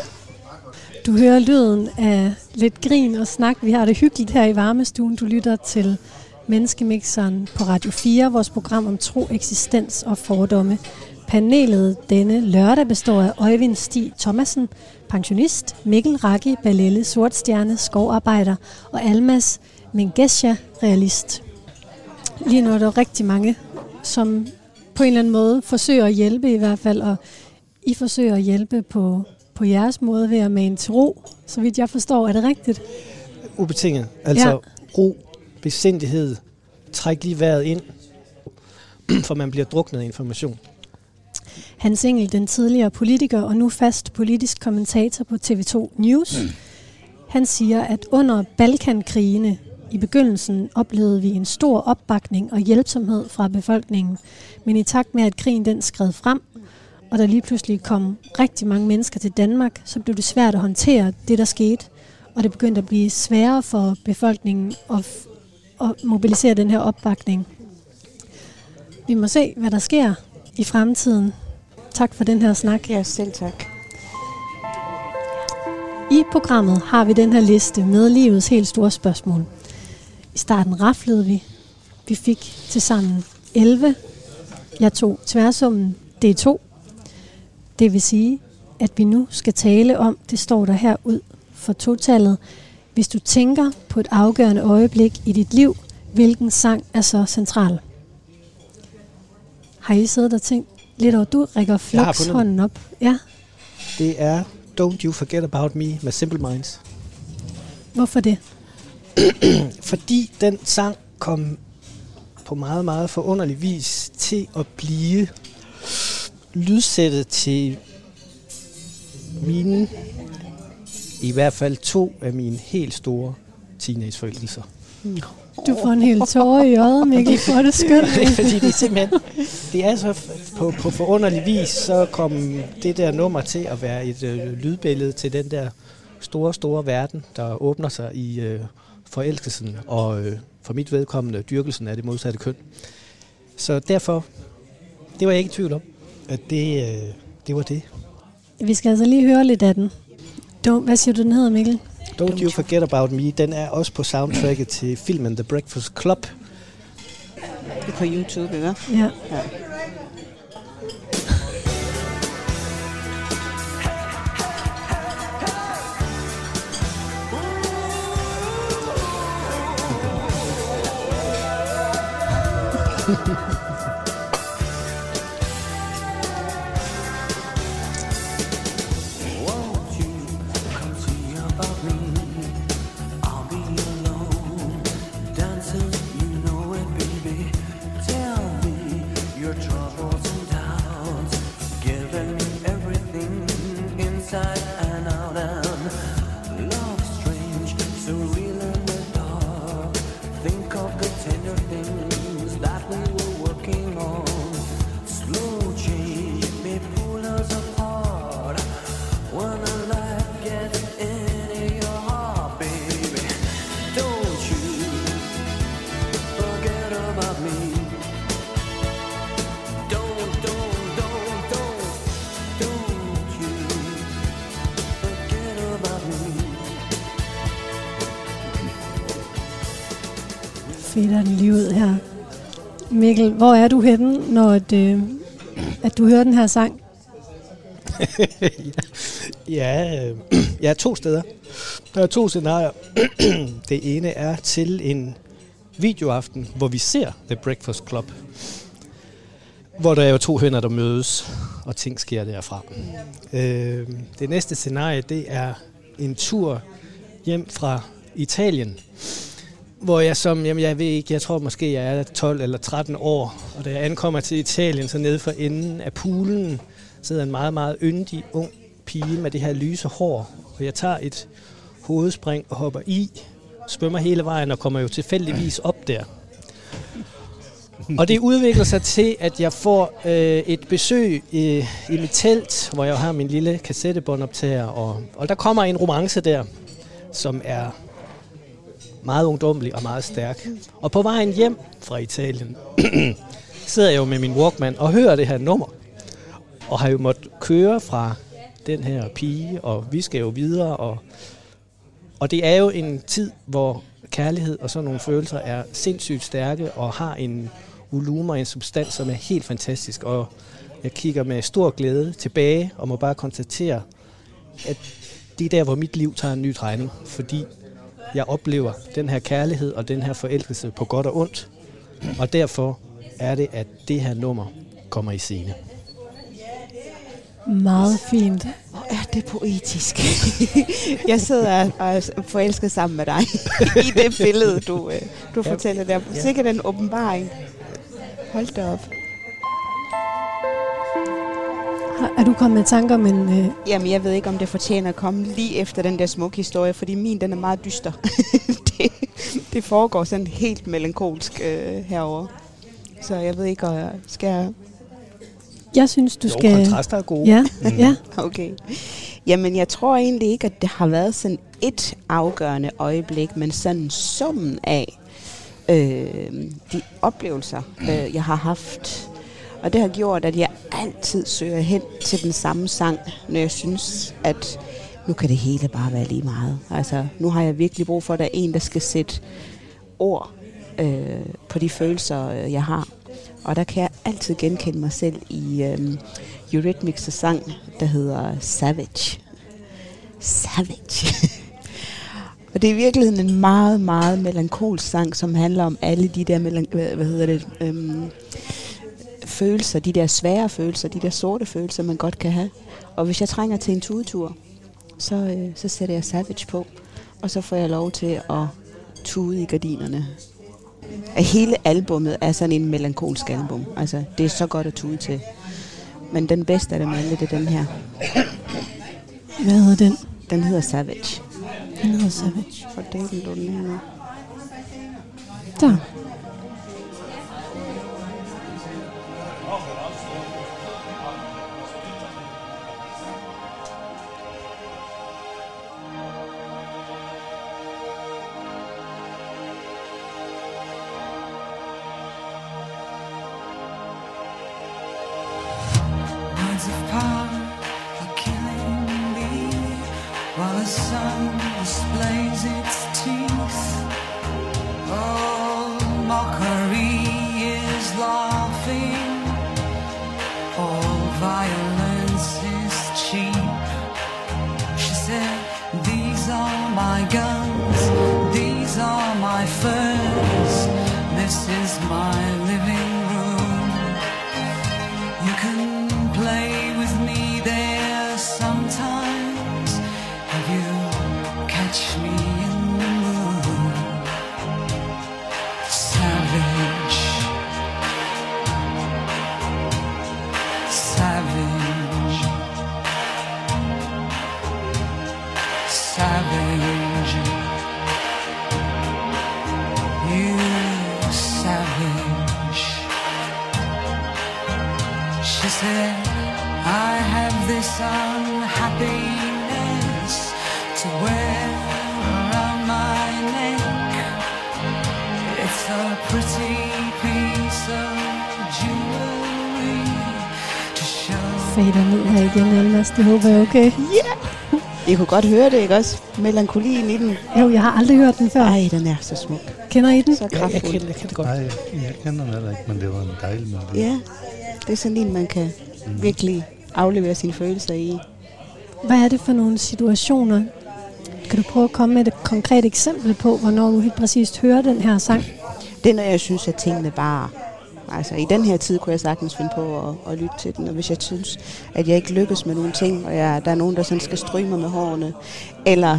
Du hører lyden af lidt grin og snak. Vi har det hyggeligt her i varmestuen. Du lytter til Menneskemixeren på Radio fire, vores program om tro, eksistens og fordomme. Panelet denne lørdag består af Øjvind Stig Thomasen, pensionist, Mikkel Raki Balelle, sortstjerne, skovarbejder og Almas Mengesha, realist. Lige nu er der rigtig mange, som på en eller anden måde forsøger at hjælpe i hvert fald, og I forsøger at hjælpe på, på jeres måde ved at mane til ro. Så vidt jeg forstår, er det rigtigt? Ubetinget. Altså ja. Ro, besindighed, træk lige vejret ind, for man bliver druknet af information. Hans Engel, den tidligere politiker og nu fast politisk kommentator på T V to News, mm. han siger, at under Balkankrigene I begyndelsen oplevede vi en stor opbakning og hjælpsomhed fra befolkningen, men i takt med, at krigen den skred frem, og der lige pludselig kom rigtig mange mennesker til Danmark, så blev det svært at håndtere det, der skete, og det begyndte at blive sværere for befolkningen at, f- at mobilisere den her opbakning. Vi må se, hvad der sker i fremtiden. Tak for den her snak. Ja, selv tak. I programmet har vi den her liste med livets helt store spørgsmål. I starten raflede vi. Vi fik tilsammen elleve. Jeg tog tværsummen, det er to. Det vil sige, at vi nu skal tale om, det står der her ud for totallet. Hvis du tænker på et afgørende øjeblik i dit liv, hvilken sang er så central? Har I siddet og tænkt lidt over? Du rækker Flux hånden op. Ja. Det er Don't You Forget About Me med Simple Minds. Hvorfor det? Fordi den sang kom på meget, meget forunderlig vis til at blive lydsættet til mine, i hvert fald to af mine helt store teenageforeldelser. Du får en helt tårer i øjet, Mikkel, for det skønt. Det er fordi, det er simpelthen, det er så på, på forunderlig vis, så kom det der nummer til at være et øh, lydbillede til den der store, store verden, der åbner sig i øh, forelskelsen, og øh, for mit vedkommende dyrkelsen af det modsatte køn. Så derfor, det var jeg ikke i tvivl om, at det, øh, det var det. Vi skal altså lige høre lidt af den. Hvad siger du, den hedder, Mikkel? Don't You Forget About Me, den er også på soundtracket til filmen The Breakfast Club. Det er på YouTube, ikke? Ja. Ja. Fedt den lige ud her. Mikkel, hvor er du henne, når at, øh, at du hører den her sang? ja, øh, jeg er to steder. Der er to scenarier. Det ene er til en videoaften, hvor vi ser The Breakfast Club. Hvor der er jo to hønder, der mødes, og ting sker derfra. Øh, det næste scenarie, det er en tur hjem fra Italien, hvor jeg som, jamen jeg ved ikke, jeg tror måske jeg er tolv eller tretten år, og da jeg ankommer til Italien, så nede for enden af poolen sidder en meget, meget yndig ung pige med det her lyse hår, og jeg tager et hovedspring og hopper i, svømmer hele vejen og kommer jo tilfældigvis op der. Og det udvikler sig til, at jeg får øh, et besøg i, i mit telt, hvor jeg har min lille kassettebåndoptager, og, og der kommer en romance der, som er meget ungdommelig og meget stærk. Og på vejen hjem fra Italien sidder jeg jo med min Walkman og hører det her nummer, og har jo måttet køre fra den her pige, og vi skal jo videre, og, og det er jo en tid, hvor kærlighed og sådan nogle følelser er sindssygt stærke, og har en volumen og en substans, som er helt fantastisk, og jeg kigger med stor glæde tilbage, og må bare konstatere, at det er der, hvor mit liv tager en ny drejning, fordi jeg oplever den her kærlighed og den her forelskelse på godt og ondt, og derfor er det, at det her nummer kommer i scene. Meget fint. Hvor er det poetisk. Jeg sidder og er forelsket sammen med dig i det billede, du, du ja, fortæller der. ja. Sikkert en åbenbaring. Hold da op. Er du kommet med tanker om en... Øh... Jamen, jeg ved ikke, om det fortjener at komme lige efter den der smukke historie, fordi min, den er meget dyster. det, det foregår sådan helt melankolsk øh, herovre. Så jeg ved ikke, og skal jeg... Jeg synes, du jo, skal... kontraster er gode. Ja, ja. Okay. Jamen, jeg tror egentlig ikke, at det har været sådan et afgørende øjeblik, men sådan summen af øh, de oplevelser, øh, jeg har haft. Og det har gjort, at jeg altid søger hen til den samme sang, når jeg synes, at nu kan det hele bare være lige meget. Altså, nu har jeg virkelig brug for, at der er en, der skal sætte ord øh, på de følelser, jeg har. Og der kan jeg altid genkende mig selv i øh, Eurythmics' sang, der hedder Savage. Savage. Og det er i virkeligheden en meget, meget melankolsk sang, som handler om alle de der melan- hvad hedder det, øhm, følelser, de der svære følelser, de der sorte følelser, man godt kan have. Og hvis jeg trænger til en tudetur, så, øh, så sætter jeg Savage på, og så får jeg lov til at tude i gardinerne. Hele albummet er sådan en melankolsk album. Altså, det er så godt at tude til. Men den bedste af dem alle, det er den her. Hvad hedder den? Den hedder Savage. Den hedder Savage. Og det er den her nu. Der. Fader ned her igen, Almas. Det håber jeg okay. Ja! Yeah. I kunne godt høre det, ikke også? Melankolien i den. Jo, jeg har aldrig hørt den før. Ej, den er så smuk. Kender I den? Så Ja, jeg, kraftfuld. kender, jeg kender det godt. Nej, jeg, jeg kender den heller ikke, men det var en dejlig melodi. Ja, det er sådan en, man kan mm. virkelig aflevere sine følelser i. Hvad er det for nogle situationer? Kan du prøve at komme med et konkret eksempel på, hvornår du helt præcist hører den her sang? Det er, når jeg synes, at tingene bare... Altså, i den her tid kunne jeg sagtens finde på at, at lytte til den, og hvis jeg synes, at jeg ikke lykkes med nogle ting, og jeg, der er nogen, der sådan skal stryge mig med hårene, eller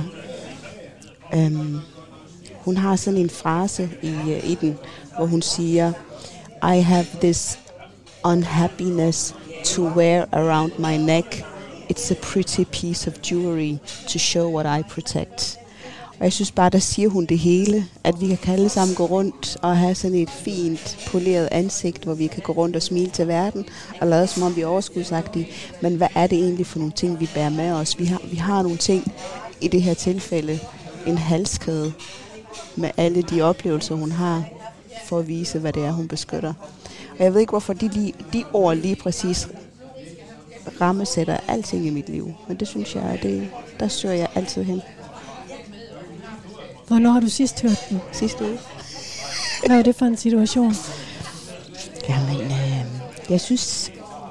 øhm, hun har sådan en frase i, uh, i den, hvor hun siger, I have this unhappiness to wear around my neck. It's a pretty piece of jewelry to show what I protect. Og jeg synes bare, der siger hun det hele, at vi kan alle sammen gå rundt og have sådan et fint, poleret ansigt, hvor vi kan gå rundt og smile til verden, og lade som om vi er overskudsagtige. Men hvad er det egentlig for nogle ting, vi bærer med os? Vi har, vi har nogle ting, i det her tilfælde, en halskæde med alle de oplevelser, hun har, for at vise, hvad det er, hun beskytter. Og jeg ved ikke, hvorfor de, lige, de ord lige præcis rammesætter alting i mit liv. Men det synes jeg, det, der søger jeg altid hen. Hvornår har du sidst hørt den? Sidste uge. Hvad var det for en situation? Jamen, øh, jeg synes,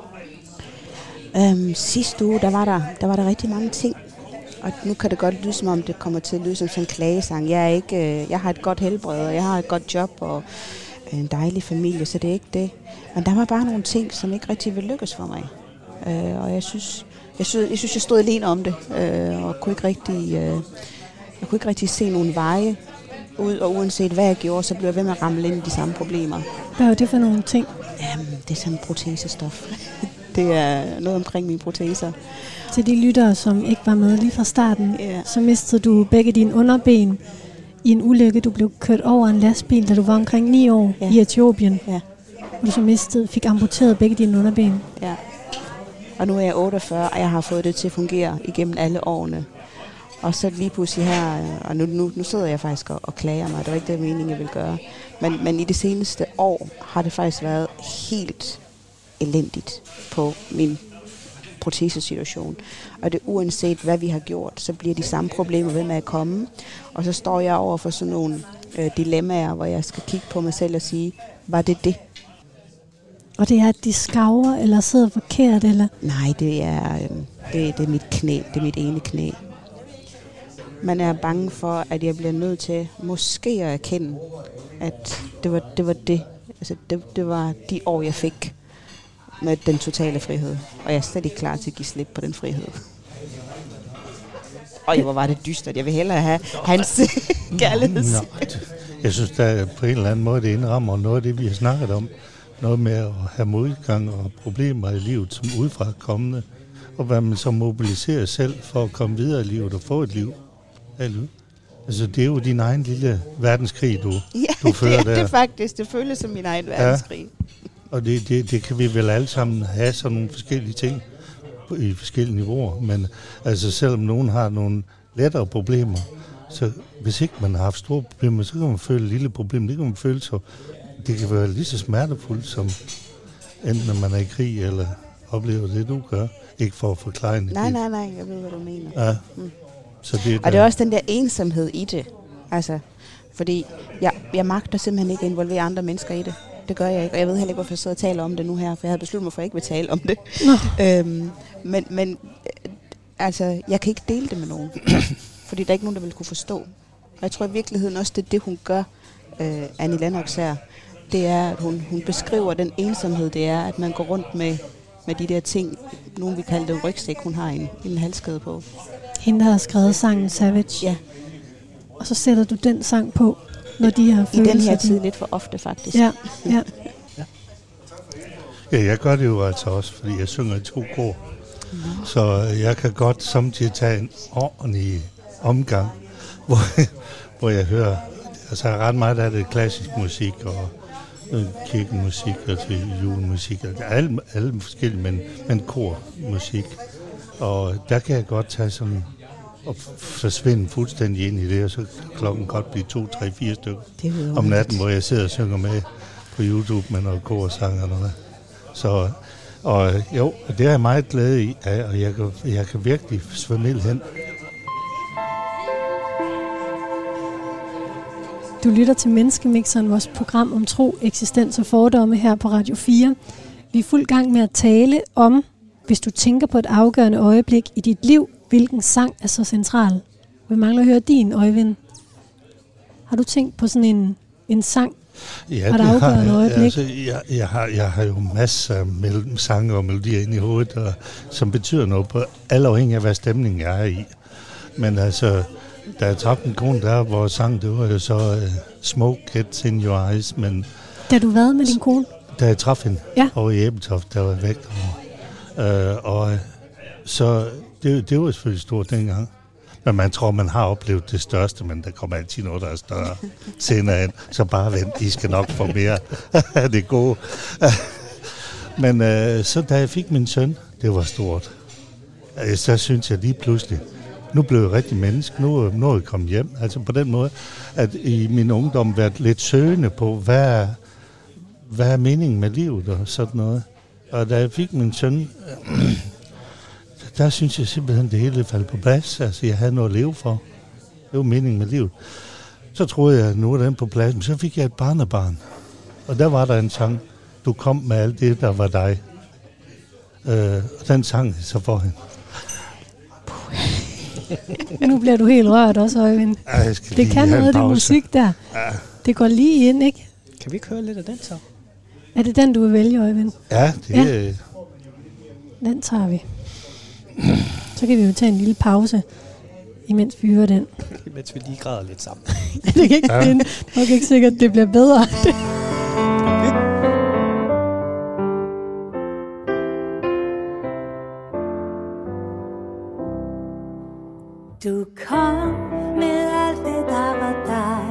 øh, sidste uge, der var der, der var der rigtig mange ting. Og nu kan det godt lyde, som om det kommer til at lyde som sådan en klagesang. Jeg, er ikke, øh, jeg har et godt helbred, og jeg har et godt job, og en dejlig familie, så det er ikke det. Men der var bare nogle ting, som ikke rigtig ville lykkes for mig. Øh, og jeg synes, jeg synes, jeg synes, jeg stod alene om det, øh, og kunne ikke rigtig... Øh, Jeg kunne ikke rigtig se nogen veje ud, og uanset hvad jeg gjorde, så blev jeg ved med at ramle ind i de samme problemer. Hvad var det for nogle ting? Jamen, det er sådan protesestof. Det er noget omkring mine proteser. Til de lyttere, som ikke var med lige fra starten, Ja. så mistede du begge dine underben i en ulykke. Du blev kørt over en lastbil, da du var omkring ni år Ja. i Etiopien. Ja. Hvor du så mistede, fik amputeret begge dine underben. Ja. Og nu er jeg otteogfyrre, og jeg har fået det til at fungere igennem alle årene. Og så lige pludselig her, og nu, nu, nu sidder jeg faktisk og, og klager mig. Det var ikke det mening, jeg ville gøre. Men, men i det seneste år har det faktisk været helt elendigt på min protesesituation. Og det uanset hvad vi har gjort, så bliver de samme problemer ved med at komme. Og så står jeg over for sådan nogle øh, dilemmaer, hvor jeg skal kigge på mig selv og sige, var det det? Og det er, at de skaver eller sidder forkert, eller? Nej, det er, øh, det, det er mit knæ. Det er mit ene knæ. Man er bange for, at jeg bliver nødt til måske at erkende, at det var det. Var det. Altså, det, det var de år, jeg fik med den totale frihed. Og jeg er slet ikke klar til at give slip på den frihed. Og hvor var det dystert. Jeg vil hellere have hans kærligheds. Jeg synes, der på en eller anden måde, det indrammer noget af det, vi har snakket om. Noget med at have modgang og problemer i livet som udefra kommende. Og hvad man så mobiliserer selv for at komme videre i livet og få et liv. Altså, det er jo din egen lille verdenskrig, du, ja, du fører det, der. det er faktisk. Det føles som min egen verdenskrig. Ja. Og det, det, det kan vi vel alle sammen have sådan nogle forskellige ting i forskellige niveauer. Men altså, selvom nogen har nogle lettere problemer, så hvis ikke man har haft store problemer, så kan man føle et lille problem. Det kan man føle så. Det kan være lige så smertefuldt som enten når man er i krig eller oplever det, du gør. Ikke for at forklare det. Nej, nej, nej. Jeg ved, hvad du mener. Ja. Mm. Så det, og det er også den der ensomhed i det. Altså, fordi jeg, jeg magter simpelthen ikke at involvere andre mennesker i det. Det gør jeg ikke, og jeg ved heller ikke, hvorfor jeg sidder og taler om det nu her, for jeg havde besluttet mig for, at jeg ikke vil tale om det. øhm, men, men altså, jeg kan ikke dele det med nogen, fordi der er ikke nogen, der vil kunne forstå. Og jeg tror i virkeligheden også, det er det, hun gør, øh, Annie Lennox her. Det er, at hun, hun beskriver den ensomhed, det er, at man går rundt med, med de der ting, nogen vil kalde det en rygsæk, hun har en, en halskæde på. Hende, der har skrevet sangen Savage. Ja. Og så sætter du den sang på, når de har følelser. I den her tid lidt for ofte, faktisk. Ja, ja. ja. Ja, jeg gør det jo altså også, fordi jeg synger i to kor. Mm. Så jeg kan godt samtidig tage en ordentlig omgang, hvor, hvor jeg hører, altså ret meget af det klassisk musik og øh, kirkemusik og til julemusik, og alle, alle forskellige, men, men kormusik. Og der kan jeg godt tage sådan og forsvinde fuldstændig ind i det, og så klokken godt blive to, tre, fire stykker om natten, hvor jeg sidder og synger med på YouTube med noget korsang og noget. Så, og jo, det er jeg meget glad i, og jeg kan, jeg kan virkelig svømme helt hen. Du lytter til Menneskemixeren, vores program om tro, eksistens og fordomme her på Radio fire. Vi er fuld gang med at tale om, hvis du tænker på et afgørende øjeblik i dit liv, hvilken sang er så central? Vi mangler at høre din, Øjvind. Har du tænkt på sådan en, en sang? Ja, det har jeg. Øjeblik? Altså, jeg, jeg, har, jeg har jo masser af mel- sange og melodier inde i hovedet, og, som betyder noget på alle afhængig af, hvad stemningen jeg er i. Men altså, da jeg traf en kone der, hvor sang, det var jo så uh, Smoke Gets in Your Eyes. Men da du var med din kone? Da jeg traf hende ja. over i Ebeltoft, der var væk over. Uh, og så det, det var selvfølgelig stort dengang. Men man tror, man har oplevet det største, men der kommer altid noget, der er større senere hen. Så bare vent, I skal nok få mere af det gode. Men uh, så da jeg fik min søn, det var stort. Uh, så synes jeg lige pludselig, nu blev jeg rigtig menneske, nu, nu er jeg kommet hjem. Altså på den måde, at i min ungdom været lidt søgende på, hvad, hvad er meningen med livet og sådan noget. Og da jeg fik min søn, der synes jeg simpelthen, det hele faldt på plads. Altså, jeg havde noget at leve for. Det var meningen med livet. Så troede jeg, at nu er den på plads. Men så fik jeg et barnebarn. Og der var der en sang, du kom med alt det, der var dig. Øh, og den sang jeg så for hende. Nu bliver du helt rørt også, Øjvind. Ja, det kan noget af det musik der. Ja. Det går lige ind, ikke? Kan vi ikke høre lidt af den så? Er det den, du vil vælge, Øjvind? Ja, det ja. er... Den tager vi. Så kan vi jo tage en lille pause, imens vi hører den. Imens vi lige græder lidt sammen. det kan ikke ja. finde. Det er ikke sikkert, at det bliver bedre. Du kom med alt det, der var dig.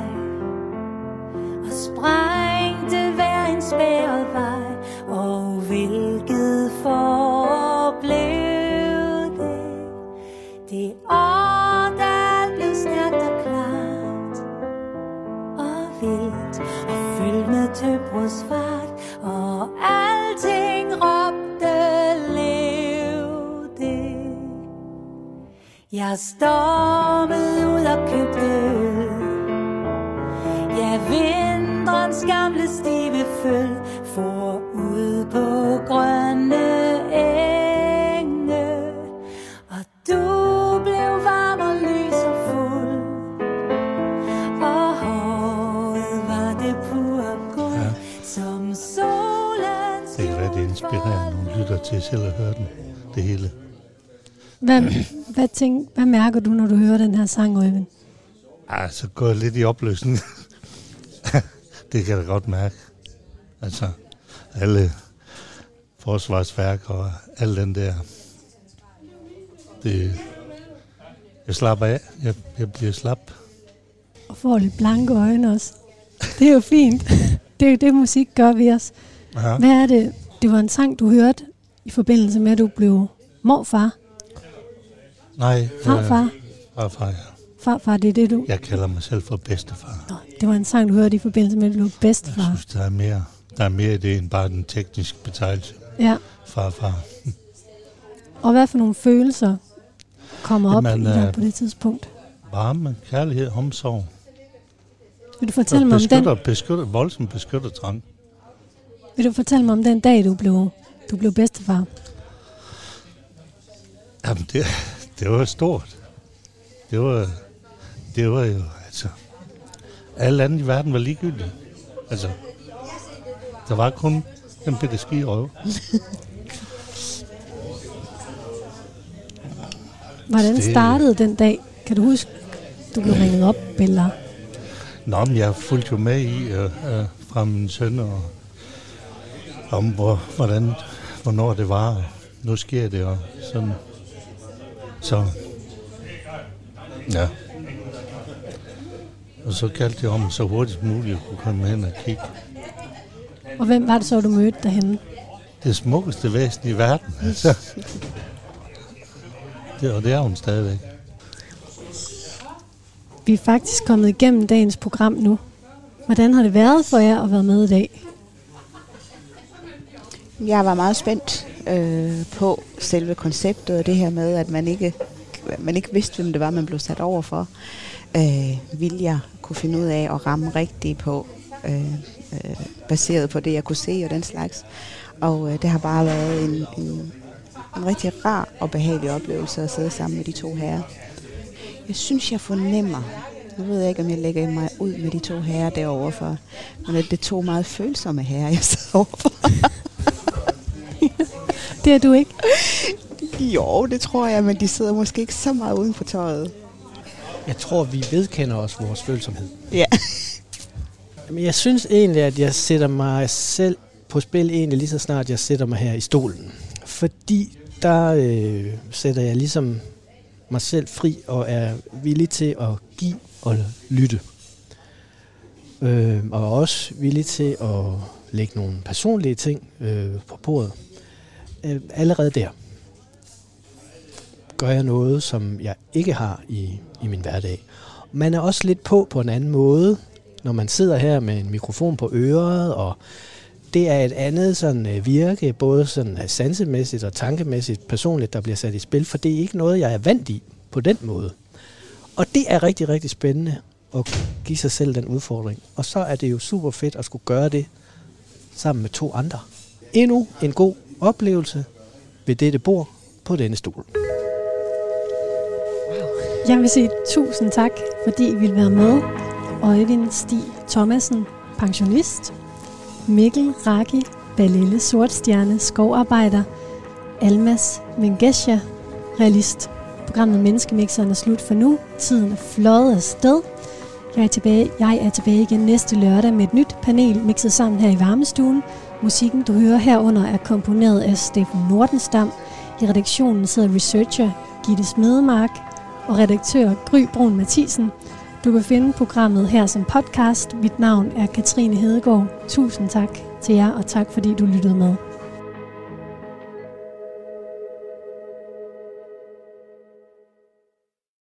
afspærret vej, og hvilket forblev det? Det år, der blev stærkt og klart og vildt og fyldt med tøbrudsfart, og alting råbte lev det. Jeg stormede ud og købte øl. Ja, vinterens gamle stive føl for ud på grønne enge, og du blev varm og lys og fuld, og håret var det pure guld, ja. Som solen. Det kan være, det inspirerer nogle lytter til selv at høre den, det hele. Hvad, hvad, tænk, hvad mærker du, når du hører den her sang, Øjvind? Ah, så går jeg lidt i opløsning. Det kan jeg da godt mærke. Altså, alle forsvarsværk og alle den der. Det, jeg slapper af. Jeg, jeg bliver slap. Og får lidt blanke øjne også. Det er jo fint. Det er jo det, musik gør ved os. Ja. Hvad er det? Det var en sang, du hørte i forbindelse med, at du blev morfar. Nej. Farfar. Farfar, ja. Farfar, det er det, du... Jeg kalder mig selv for bedstefar. Nå, det var en sang, du hørte i forbindelse med, at du blev bedstefar. Jeg synes, der er mere, der er mere i det, end bare den tekniske betegnelse. Ja. Farfar. Og hvad for nogle følelser kommer op Jamen, i dig på det tidspunkt? Varme, kærlighed, omsorg. Vil du fortælle mig om den? Beskytter, voldsomt beskyttertrang. Vil du fortælle mig om den dag, du blev, du blev bedstefar? Jamen, det, det var stort. Det var, det var jo, altså... Alle andre i verden var ligegyldige. Altså, der var kun en bitte skirøv. Hvordan det... startede den dag? Kan du huske, du blev ringet op, eller? Nå, men jeg fulgte jo med i uh, uh, fra min søn, og om hvor, hvordan, hvornår det var, og nu sker det, og sådan. Så, ja. Og så kaldte jeg om så hurtigt muligt at kunne komme hen og kigge. Og hvem var det så, du mødte derhenne? Det smukkeste væsen i verden. Altså. Det, og det er hun stadigvæk. Vi er faktisk kommet igennem dagens program nu. Hvordan har det været for jer at være med i dag? Jeg var meget spændt øh, på selve konceptet, og det her med, at man ikke, man ikke vidste, hvem det var, man blev sat over for. Øh, vil jeg kunne finde ud af at ramme rigtigt på, øh, øh, baseret på det, jeg kunne se og den slags. Og øh, det har bare været en, en, en rigtig rar og behagelig oplevelse at sidde sammen med de to herrer. Jeg synes, jeg fornemmer, nu ved jeg ikke, om jeg lægger mig ud med de to herrer derovre for, men at det er to meget følsomme herrer, jeg sidder overfor. Det er du ikke? Jo, det tror jeg, men de sidder måske ikke så meget uden for tøjet. Jeg tror, vi vedkender os vores følsomhed. Ja. Men jeg synes egentlig, at jeg sætter mig selv på spil egentlig lige så snart, jeg sætter mig her i stolen. Fordi der øh, sætter jeg ligesom mig selv fri og er villig til at give og lytte. Øh, og også villig til at lægge nogle personlige ting øh, på bordet. Øh, allerede der gør jeg noget, som jeg ikke har i, i min hverdag. Man er også lidt på på en anden måde, når man sidder her med en mikrofon på øret, og det er et andet sådan virke, både sådan sansemæssigt og tankemæssigt, personligt, der bliver sat i spil, for det er ikke noget, jeg er vant i på den måde. Og det er rigtig, rigtig spændende at give sig selv den udfordring. Og så er det jo super fedt at skulle gøre det sammen med to andre. Endnu en god oplevelse ved dette bord på denne stol. Jeg vil sige tusind tak, fordi I ville være med. Øjvind Stig Thomassen, pensionist. Mikkel Raki Balele Sortstjerne, skovarbejder. Almas Mengesha, realist. Programmet Menneskemixeren er slut for nu. Tiden er fløjet afsted. Jeg er, tilbage, jeg er tilbage igen næste lørdag med et nyt panel mixet sammen her i varmestuen. Musikken, du hører herunder, er komponeret af Steffen Nordenstam. I redaktionen sidder researcher Gitte Smedemark og redaktør Gry Brun Mathisen. Du kan finde programmet her som podcast. Mit navn er Katrine Hedegaard. Tusind tak, til jer, og tak fordi du lyttede med.